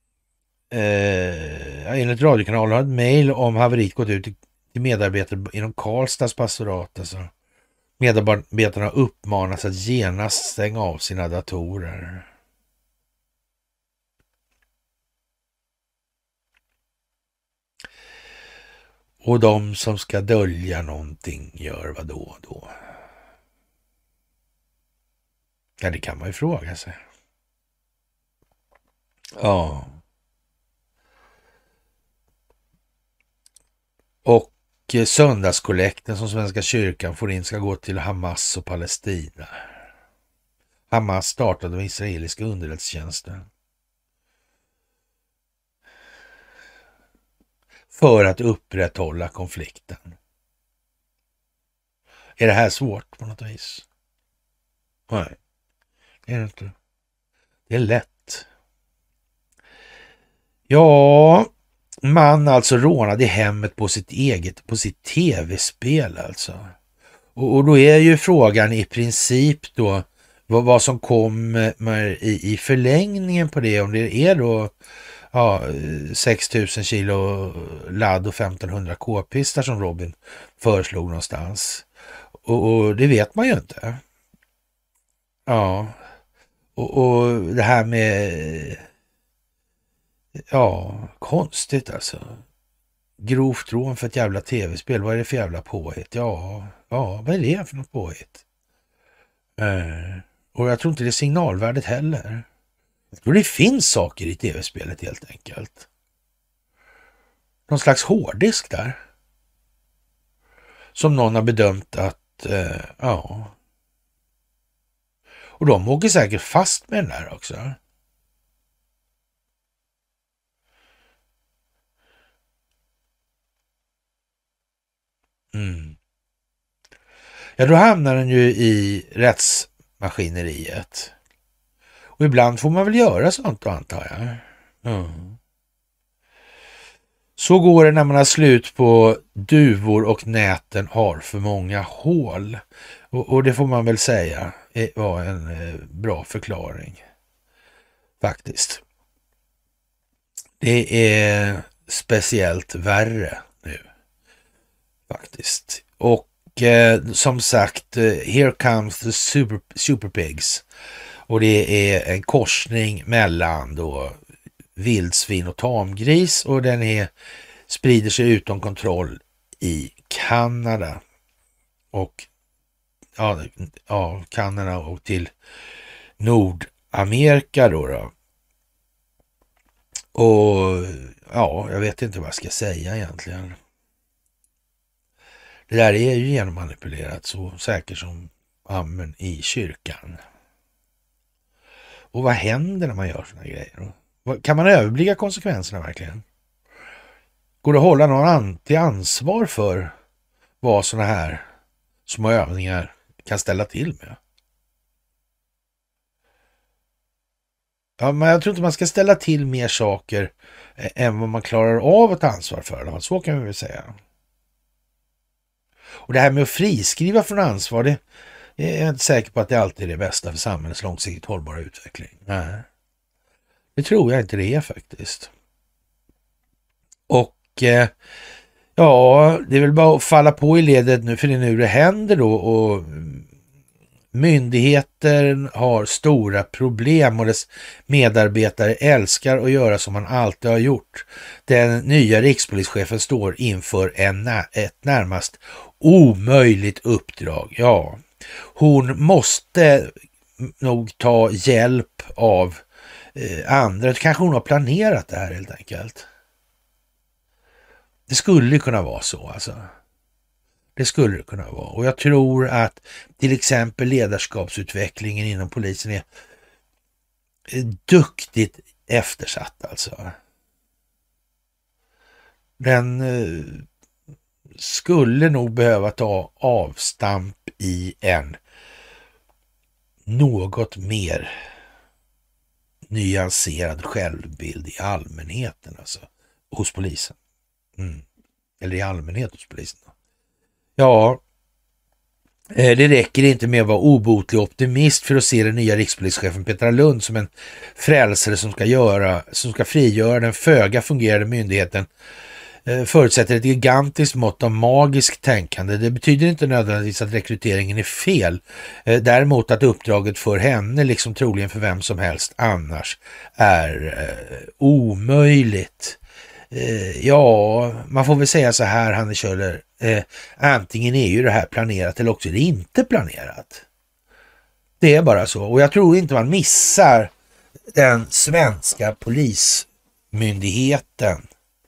Eh, enligt radiokanalen har ett mejl om haveriet gått ut till medarbetare inom Karlstads pastorat. Alltså. Medarbetarna uppmanas att genast stänga av sina datorer. Och de som ska dölja någonting gör vad då då? Ja, det kan man ju fråga sig. Ja. Och söndagskollekten som Svenska kyrkan får in ska gå till Hamas och Palestina. Hamas startade med israeliska underrättelsetjänsten för att upprätthålla konflikten. Är det här svårt på något vis? Nej, det är det inte. Det är lätt. Ja, man alltså rånade hemmet på sitt eget, på sitt tv-spel alltså. Och, och då är ju frågan i princip då vad, vad som kommer i, i förlängningen på det. Om det är då ja, sex tusen kilo ladd och femtonhundra k-pistar som Robin föreslog någonstans. Och, och det vet man ju inte. Ja, och, och det här med ja, konstigt alltså. Grovt rån för ett jävla tv-spel. Vad är det för jävla påhitt? Ja, ja, vad är det för något påhitt? Eh, och jag tror inte det är signalvärdet heller. Jag tror det finns saker i tv-spelet helt enkelt. Någon slags hårddisk där. Som någon har bedömt att, eh, ja. Och de åker säkert fast med den där också. Mm. Ja, då hamnar den ju i rättsmaskineriet. Och ibland får man väl göra sånt då, antar jag. Mm. Så går det när man har slut på duvor och näten har för många hål. Och, och det får man väl säga var en eh, bra förklaring. Faktiskt. Det är speciellt värre nu. Faktiskt. Och eh, som sagt, eh, here comes the super, super pigs. Och det är en korsning mellan då vildsvin och tamgris, och den är, sprider sig utom kontroll i Kanada. Och ja, ja, Kanada och till Nordamerika då, då. Och ja, jag vet inte vad jag ska säga egentligen. Det där är ju genommanipulerat så säkert som amen i kyrkan. Och vad händer när man gör såna grejer? Kan man överblicka konsekvenserna verkligen? Går det att hålla någon an- till ansvar för vad såna här små övningar kan ställa till med? Ja, men jag tror inte man ska ställa till mer saker än vad man klarar av att ta ansvar för. Så kan vi väl säga. Och det här med att friskriva från ansvar, det är jag inte säker på att det alltid är det bästa för samhällets långsiktigt hållbara utveckling. Nej, det tror jag inte det är faktiskt. Och eh, ja, det är väl bara att falla på i ledet nu, för det är nu det händer då, och myndigheten har stora problem och dess medarbetare älskar att göra som man alltid har gjort. Den nya rikspolischefen står inför en, ett närmast omöjligt uppdrag. Ja, hon måste nog ta hjälp av eh, andra. Kanske hon har planerat det här helt enkelt. Det skulle kunna vara så alltså. Det skulle det kunna vara. Och jag tror att till exempel ledarskapsutvecklingen inom polisen är duktigt eftersatt alltså. Den eh, skulle nog behöva ta avstamp i en något mer nyanserad självbild i allmänheten alltså, hos polisen. Mm. Eller i allmänhet hos polisen. Ja, det räcker inte med att vara obotlig optimist för att se den nya rikspolischefen Petra Lund som en frälsare som ska göra, som ska frigöra den föga fungerande myndigheten. Förutsätter ett gigantiskt mått av magisk tänkande. Det betyder inte nödvändigtvis att rekryteringen är fel. Däremot att uppdraget för henne, liksom troligen för vem som helst annars, är eh, omöjligt. Eh, ja, man får väl säga så här, Hanne Kjöller. Eh, antingen är ju det här planerat eller också är det inte planerat. Det är bara så. Och jag tror inte man missar den svenska polismyndigheten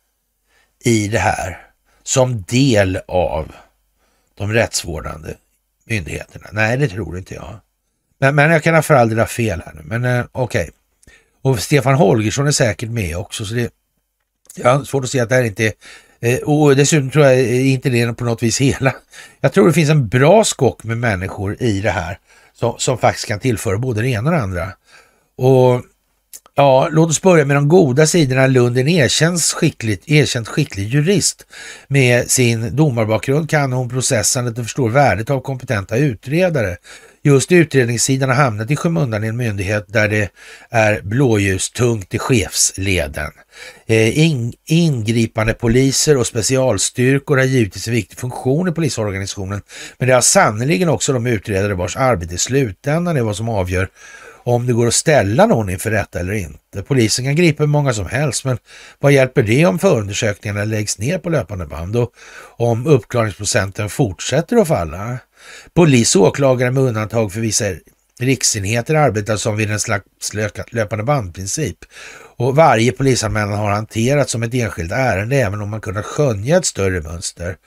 i det här som del av de rättsvårdande myndigheterna. Nej, det tror inte jag. Men, men jag kan ha för all del ha fel här nu. Men eh, okej. Okay. Och Stefan Holgersson är säkert med också. Så det, jag har svårt att se att det här inte är... Eh, och dessutom tror jag inte det är på något vis hela. Jag tror det finns en bra skock med människor i det här. Som, som faktiskt kan tillföra både det ena och det andra. Och... ja, låt oss börja med de goda sidorna. Lund är en erkänt skickligt, erkänt skicklig jurist. Med sin domarbakgrund kan hon processandet och förstår värdet av kompetenta utredare. Just utredningssidan har hamnat i skymundan i en myndighet där det är blåljus tungt i chefsleden. Eh, in, ingripande poliser och specialstyrkor har givetvis en viktig funktion i polisorganisationen. Men det har sannoliken också de utredare vars arbete i slutändan är vad som avgör om det går att ställa någon inför rätta eller inte. Polisen kan gripa många som helst, men vad hjälper det om förundersökningarna läggs ner på löpande band och om uppklaringsprocenten fortsätter att falla? Polis och åklagare med undantag för vissa riksenheter arbetar som vid en slags löpande bandprincip. Och varje polisanmälan har hanterats som ett enskilt ärende även om man kunnat skönja ett större mönster.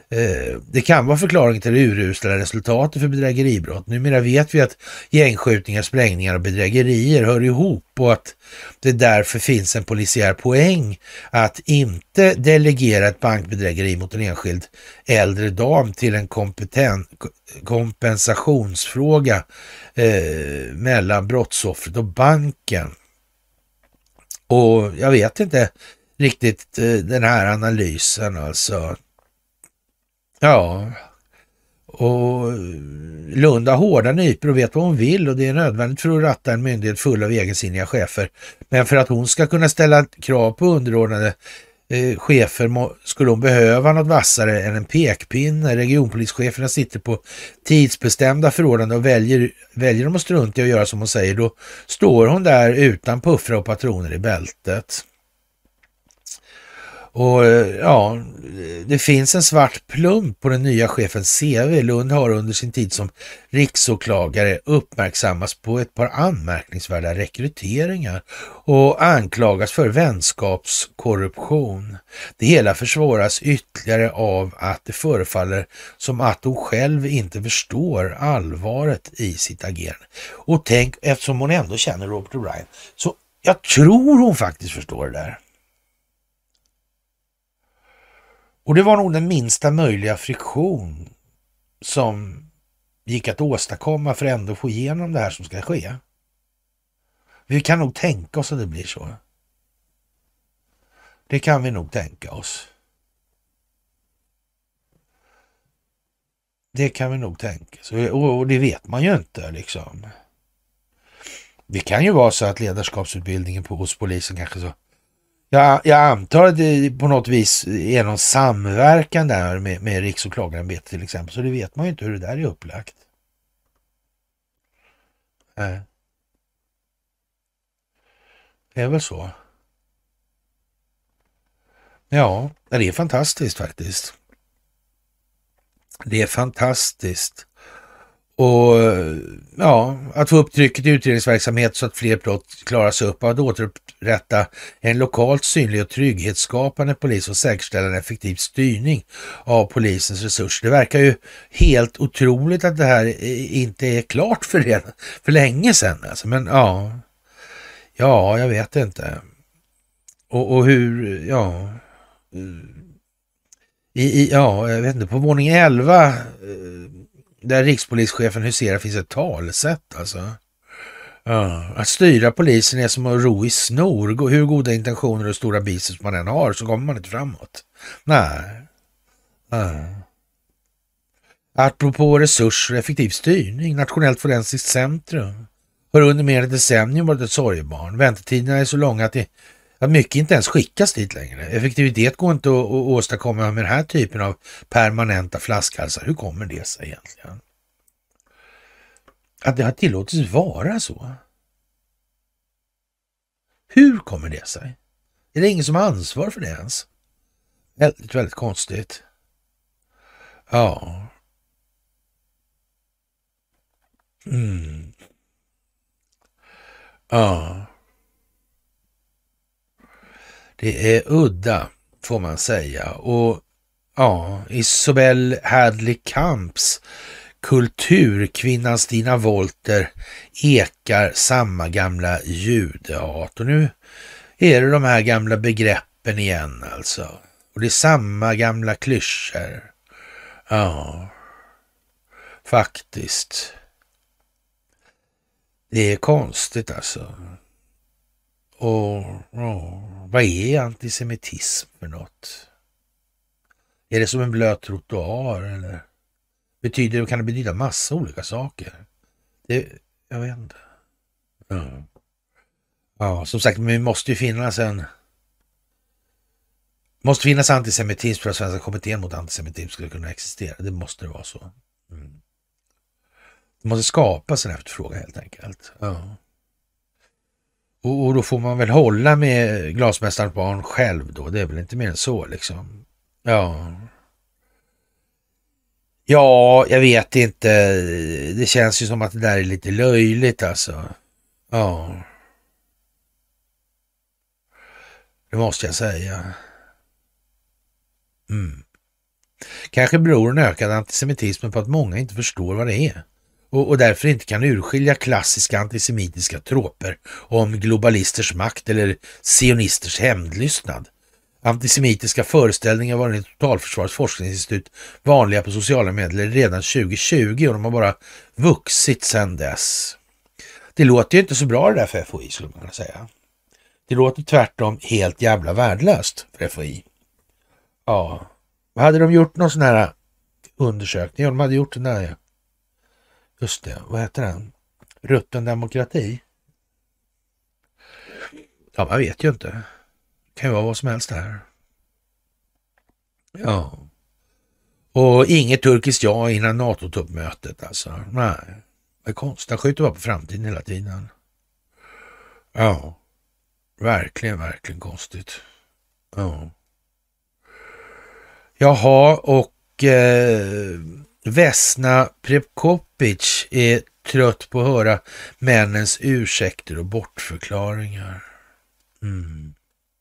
Det kan vara förklaring till det urusla resultatet för bedrägeribrott. Numera vet vi att gängskjutningar, sprängningar och bedrägerier hör ihop och att det därför finns en polisiär poäng att inte delegera ett bankbedrägeri mot en enskild äldre dam till en kompeten- kompensationsfråga eh, mellan brottsoffret och banken. Och jag vet inte riktigt eh, den här analysen alltså. Ja, och Lund har hårda nypor och vet vad hon vill och det är nödvändigt för att ratta en myndighet full av egensinniga chefer. Men för att hon ska kunna ställa krav på underordnade eh, chefer må, skulle hon behöva något vassare än en pekpinne. Regionpolischeferna sitter på tidsbestämda förordnande och väljer, väljer de att strunta i att göra som hon säger. Då står hon där utan puffra och patroner i bältet. Och ja, det finns en svart plump på den nya chefens C V. Lund har under sin tid som riksåklagare uppmärksammats på ett par anmärkningsvärda rekryteringar och anklagas för vänskapskorruption. Det hela försvåras ytterligare av att det förefaller som att hon själv inte förstår allvaret i sitt agerande. Och tänk, eftersom hon ändå känner Robert O'Brien, så jag tror hon faktiskt förstår det där. Och det var nog den minsta möjliga friktion som gick att åstadkomma för att ändå få igenom det här som ska ske. Vi kan nog tänka oss att det blir så. Det kan vi nog tänka oss. Det kan vi nog tänka oss. Och det vet man ju inte liksom. Det kan ju vara så att ledarskapsutbildningen på, hos polisen kanske så. Jag, jag antar att det på något vis är någon samverkan där med, med riksåklagarämbetet till exempel. Så det vet man ju inte hur det där är upplagt. Nej. Det är väl så. Ja, det är fantastiskt faktiskt. Det är fantastiskt. Och ja, att få upp trycket i utredningsverksamhet så att fler brott klaras upp, att återupprätta en lokalt synlig och trygghetsskapande polis och säkerställa en effektiv styrning av polisens resurser. Det verkar ju helt otroligt att det här inte är klart för, det, för länge sedan. Alltså. Men ja, ja, jag vet inte. Och, och hur, ja... I, i, ja, jag vet inte, på våning elva... Där rikspolischefen huserar finns ett talsätt alltså. Ja, att styra polisen är som att ro i snor. Hur goda intentioner och stora biceps man än har så kommer man inte framåt. Nej. Nej. Apropå resurser och effektiv styrning. Nationellt forensiskt centrum har under mer än ett decennium varit ett sorgebarn. Väntetiderna är så långa att, det, att mycket inte ens skickas dit längre. Effektivitet går inte att, att åstadkomma med den här typen av permanenta flaskhalsar. Hur kommer det sig egentligen? Att det har tillåtits vara så? Hur kommer det sig? Är det ingen som har ansvar för det ens? Väldigt, väldigt konstigt. Ja. Mm. Ja. Det är udda, får man säga. Och ja, Isobel Hadley Camps kulturkvinnan Stina Wolter ekar samma gamla judehat. Och nu är det de här gamla begreppen igen alltså. Och det är samma gamla klyschor. Ja, faktiskt. Det är konstigt alltså. Och ja, vad är antisemitism för något? Är det som en blöt trottoar eller betyder, kan det betyda massa olika saker? Det, jag vet inte. Ja. Ja, som sagt, men det måste ju finnas en måste finnas antisemitism för att Svenska kommittén mot antisemitism skulle kunna existera. Det måste det vara så. Mm. Det måste skapas en efterfrågan helt enkelt. Ja. Och, och då får man väl hålla med glasmästarens barn själv då. Det är väl inte mer än så liksom. Ja. Ja, jag vet inte. Det känns ju som att det där är lite löjligt alltså. Ja. Det måste jag säga. Mm. Kanske beror den ökade antisemitismen på att många inte förstår vad det är och, och därför inte kan urskilja klassiska antisemitiska tråper om globalisters makt eller sionisters hämndlystnad. Antisemitiska föreställningar var enligt Totalförsvarets forskningsinstitut vanliga på sociala medier redan tjugo tjugo och de har bara vuxit sedan dess. Det låter ju inte så bra det där för F O I, skulle man kunna säga. Det låter tvärtom helt jävla värdelöst för F O I. Ja, hade de gjort någon sån här undersökning? Ja, de hade gjort den där. Just det, vad heter den? Rutten demokrati? Ja, man vet ju inte. Det kan ju vara vad som helst där. Ja. Och inget turkiskt ja innan NATO-toppmötet alltså. Nej, det är konstigt. De skjuter bara på framtiden hela tiden. Ja, verkligen, verkligen konstigt. Ja. Jaha, och eh, Vesna Prepkopic är trött på att höra männens ursäkter och bortförklaringar. Mm.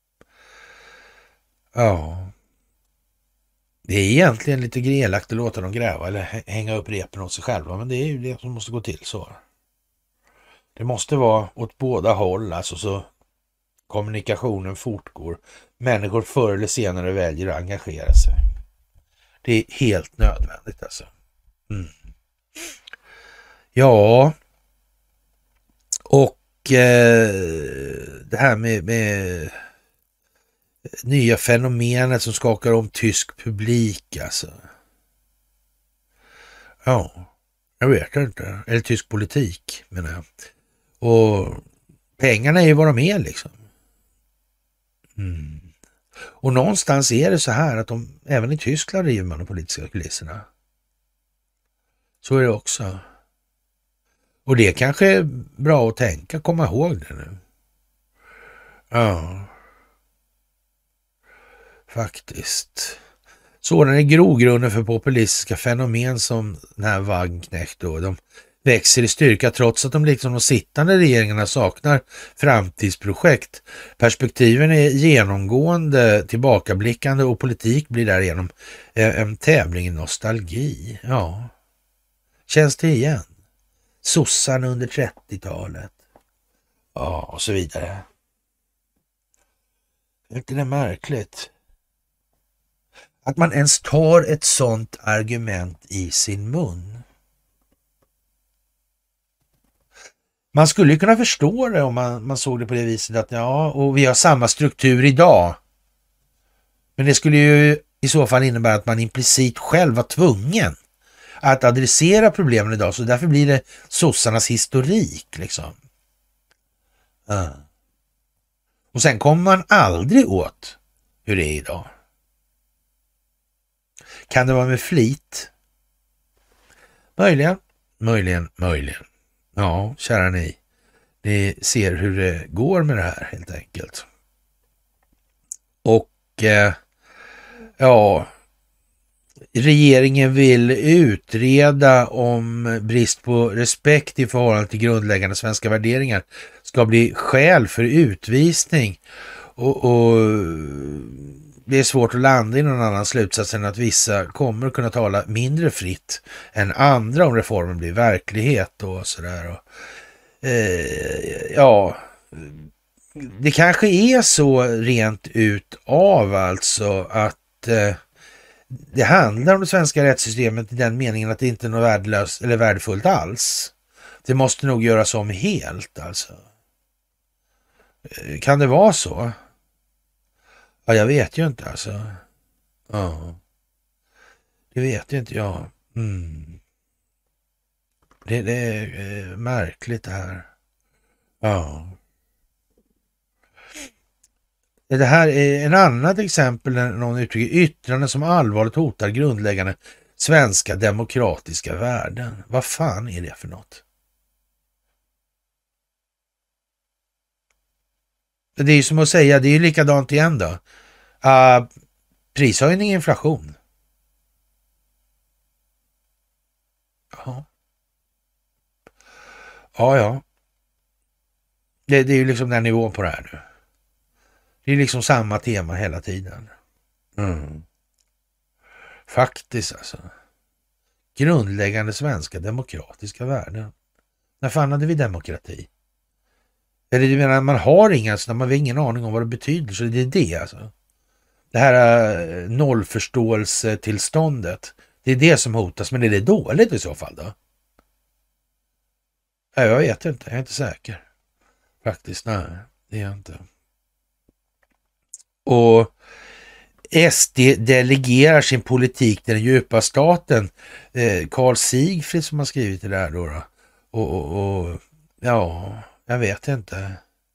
Ja. Det är egentligen lite grelakt att låta dem gräva eller hänga upp repen åt sig själva, men det är ju det som måste gå till så. Det måste vara åt båda håll, alltså så kommunikationen fortgår. Människor förr eller senare väljer att engagera sig. Det är helt nödvändigt alltså. Mm. Ja, och eh, det här med, med nya fenomenet som skakar om tysk publik alltså. Ja, jag vet inte. Eller tysk politik menar jag. Och pengarna är ju vad de är liksom. Mm. Och någonstans är det så här att de, även i Tyskland river man de politiska kulisserna. Så är det också. Och det kanske är bra att tänka, komma ihåg det nu. Ja. Faktiskt. Sådan är grogrunden för populistiska fenomen som den här Wagenknecht då. De växer i styrka trots att de liksom de sittande regeringarna saknar framtidsprojekt. Perspektiven är genomgående tillbakablickande och politik blir därigenom en tävling i nostalgi. Ja. Känns det igen? Sossarna under trettiotalet. Ja, och så vidare. Är inte det märkligt? Att man ens tar ett sånt argument i sin mun. Man skulle ju kunna förstå det om man, man såg det på det viset att ja, och vi har samma struktur idag. Men det skulle ju i så fall innebära att man implicit själv var tvungen att adressera problemen idag. Så därför blir det sossarnas historik liksom. Uh. Och sen kommer man aldrig åt hur det är idag. Kan det vara med flit? Möjligen, möjligen, möjligen. Ja, kära ni. Ni ser hur det går med det här helt enkelt. Och eh, ja, regeringen vill utreda om brist på respekt i förhållande till grundläggande svenska värderingar ska bli skäl för utvisning. Och, och det är svårt att landa i någon annan slutsats än att vissa kommer kunna tala mindre fritt än andra om reformen blir verklighet och sådär. Och, eh, ja, det kanske är så rent ut av alltså att eh, det handlar om det svenska rättssystemet i den meningen att det inte är något värdelöst eller värdefullt alls. Det måste nog göras om helt alltså. Kan det vara så? Ja, jag vet ju inte alltså. Ja. Det vet ju inte jag. Mm. Det, det är märkligt det här. Ja. Det här är en annat exempel när någon uttrycker yttranden som allvarligt hotar grundläggande svenska demokratiska värden. Vad fan är det för något? Det är ju som att säga, det är ju likadant igen då. Uh, prishöjning, inflation. Ja. Ja, ja. Det, det är ju liksom den nivån på det här nu. Det är liksom samma tema hela tiden. Mm. Faktiskt alltså. Grundläggande svenska demokratiska värden. När fan hade vi demokrati? Eller du menar, man har inga, så man har ingen aning om vad det betyder, så det är det alltså. Det här uh, nollförståelsetillståndet, det är det som hotas, men är det dåligt i så fall då? Nej, jag vet inte, jag är inte säker. Faktiskt, nej, det är jag inte. Och S D delegerar sin politik till den djupa staten. Eh, Carl Sigfrid som har skrivit det där då. då. Och, och, och ja, jag vet inte.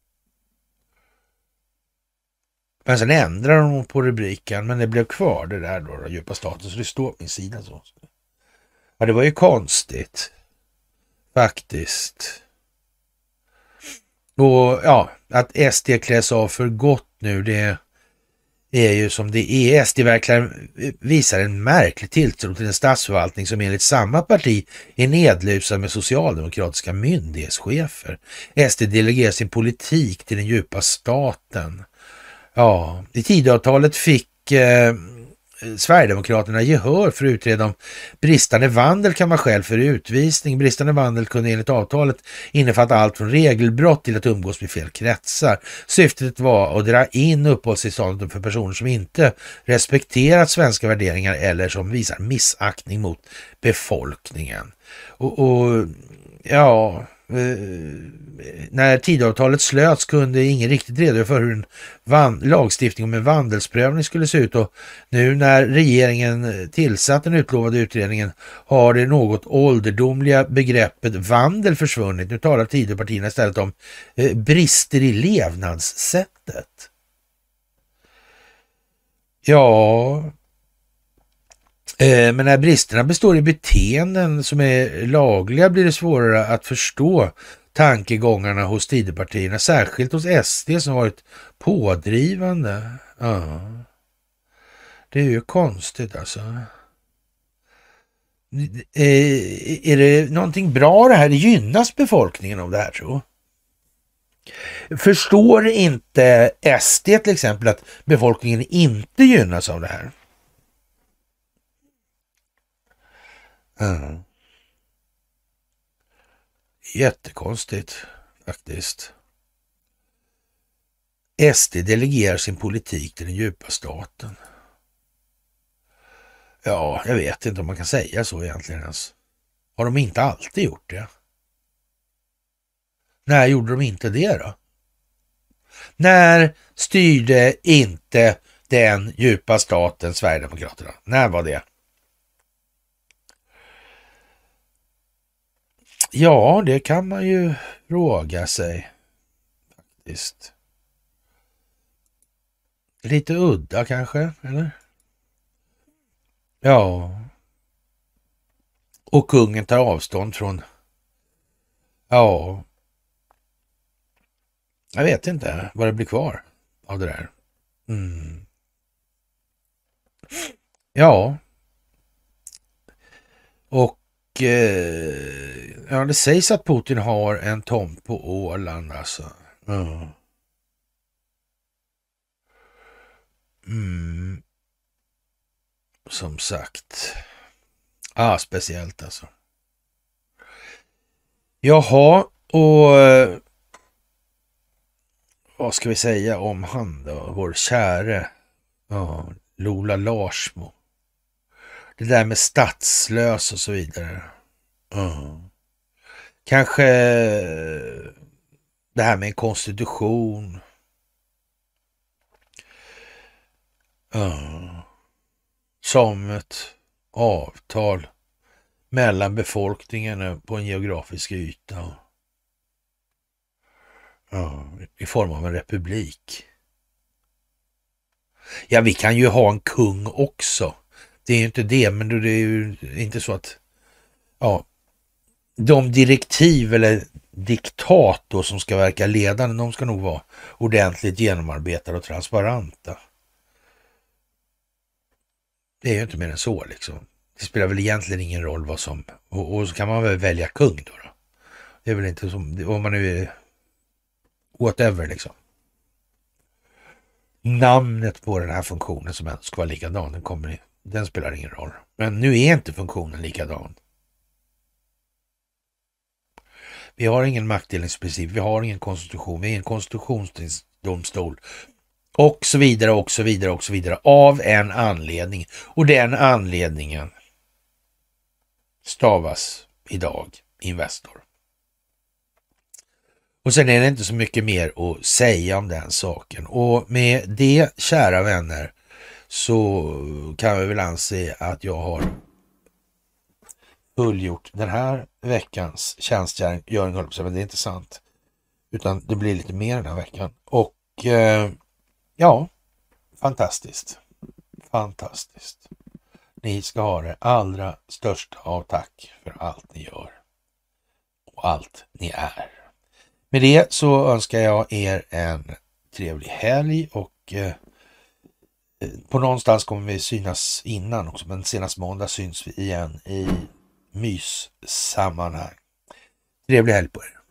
Men sen ändrar de på rubriken, men det blev kvar det där då, då djupa staten, så det står på min sida så. Ja, det var ju konstigt. Faktiskt. Och ja, att S D kläs av för gott nu, det är ju som det är. S D verkligen visar en märklig tilltro till en statsförvaltning som enligt samma parti är nedlusad med socialdemokratiska myndighetschefer. S D delegerar sin politik till den djupa staten. Ja, i Tidöavtalet fick eh, Sverigedemokraterna gehör för att utreda om bristande vandel kan vara skäl för utvisning. Bristande vandel kunde enligt avtalet innefatta allt från regelbrott till att umgås med fel kretsar. Syftet var att dra in uppehållstillståndet för personer som inte respekterat svenska värderingar eller som visar missaktning mot befolkningen. Och, och ja... när tidavtalet slöts kunde ingen riktigt redogöra för hur en van- lagstiftning om en vandelsprövning skulle se ut, och nu när regeringen tillsatt den utlovade utredningen har det något ålderdomliga begreppet vandel försvunnit. Nu talar Tidöpartierna istället om eh, brister i levnadssättet. Ja... Men när bristerna består i beteenden som är lagliga blir det svårare att förstå tankegångarna hos Tidöpartierna, särskilt hos S D som varit pådrivande. Ja. Det är ju konstigt alltså. Är det någonting bra det här? Gynnas befolkningen av det här, tror jag? Förstår inte S D till exempel att befolkningen inte gynnas av det här? Mm. Jättekonstigt faktiskt. S D delegerar sin politik till den djupa staten. Ja, jag vet inte om man kan säga så egentligen ens. Har de inte alltid gjort det? När gjorde de inte det då? När styrde inte den djupa staten Sverigedemokraterna? När var det? Ja, det kan man ju fråga sig faktiskt. Lite udda kanske, eller? Ja. Och kungen tar avstånd från... Ja. Jag vet inte vad det blir kvar av det där. Mm. Ja. Och ja, det sägs att Putin har en tomt på Åland alltså. Mm. Mm. Som sagt. Ah, speciellt alltså. Jaha, och vad ska vi säga om han då? Vår käre ja, Lola Larsmo. Det där med statslös och så vidare. Mm. Kanske det här med en konstitution. Mm. Som ett avtal mellan befolkningen på en geografisk yta. Mm. I form av en republik. Ja, vi kan ju ha en kung också. Det är ju inte det, men det är ju inte så att ja, de direktiv eller diktat då som ska verka ledande, de ska nog vara ordentligt genomarbetade och transparenta. Det är ju inte mer än så liksom. Det spelar väl egentligen ingen roll vad som... Och, och så kan man väl välja kung då, då. Det är väl inte som... Om man nu är... Whatever liksom. Namnet på den här funktionen som ska vara likadan, den kommer den spelar ingen roll. Men nu är inte funktionen likadan. Vi har ingen maktdelningsprincip, vi har ingen konstitution, vi är en konstitutionsdomstol och så vidare och så vidare och så vidare av en anledning. Och den anledningen stavas idag Investor. Och sen är det inte så mycket mer att säga om den saken. Och med det, kära vänner, så kan vi väl anse att jag har fullgjort den här veckans tjänstgöring, men det är inte sant. Utan det blir lite mer den här veckan. Och eh, ja, fantastiskt. Fantastiskt. Ni ska ha det allra största av tack för allt ni gör. Och allt ni är. Med det så önskar jag er en trevlig helg och eh, på någonstans kommer vi synas innan också, men senast måndag syns vi igen i myssammanhang. Trevlig helg på er.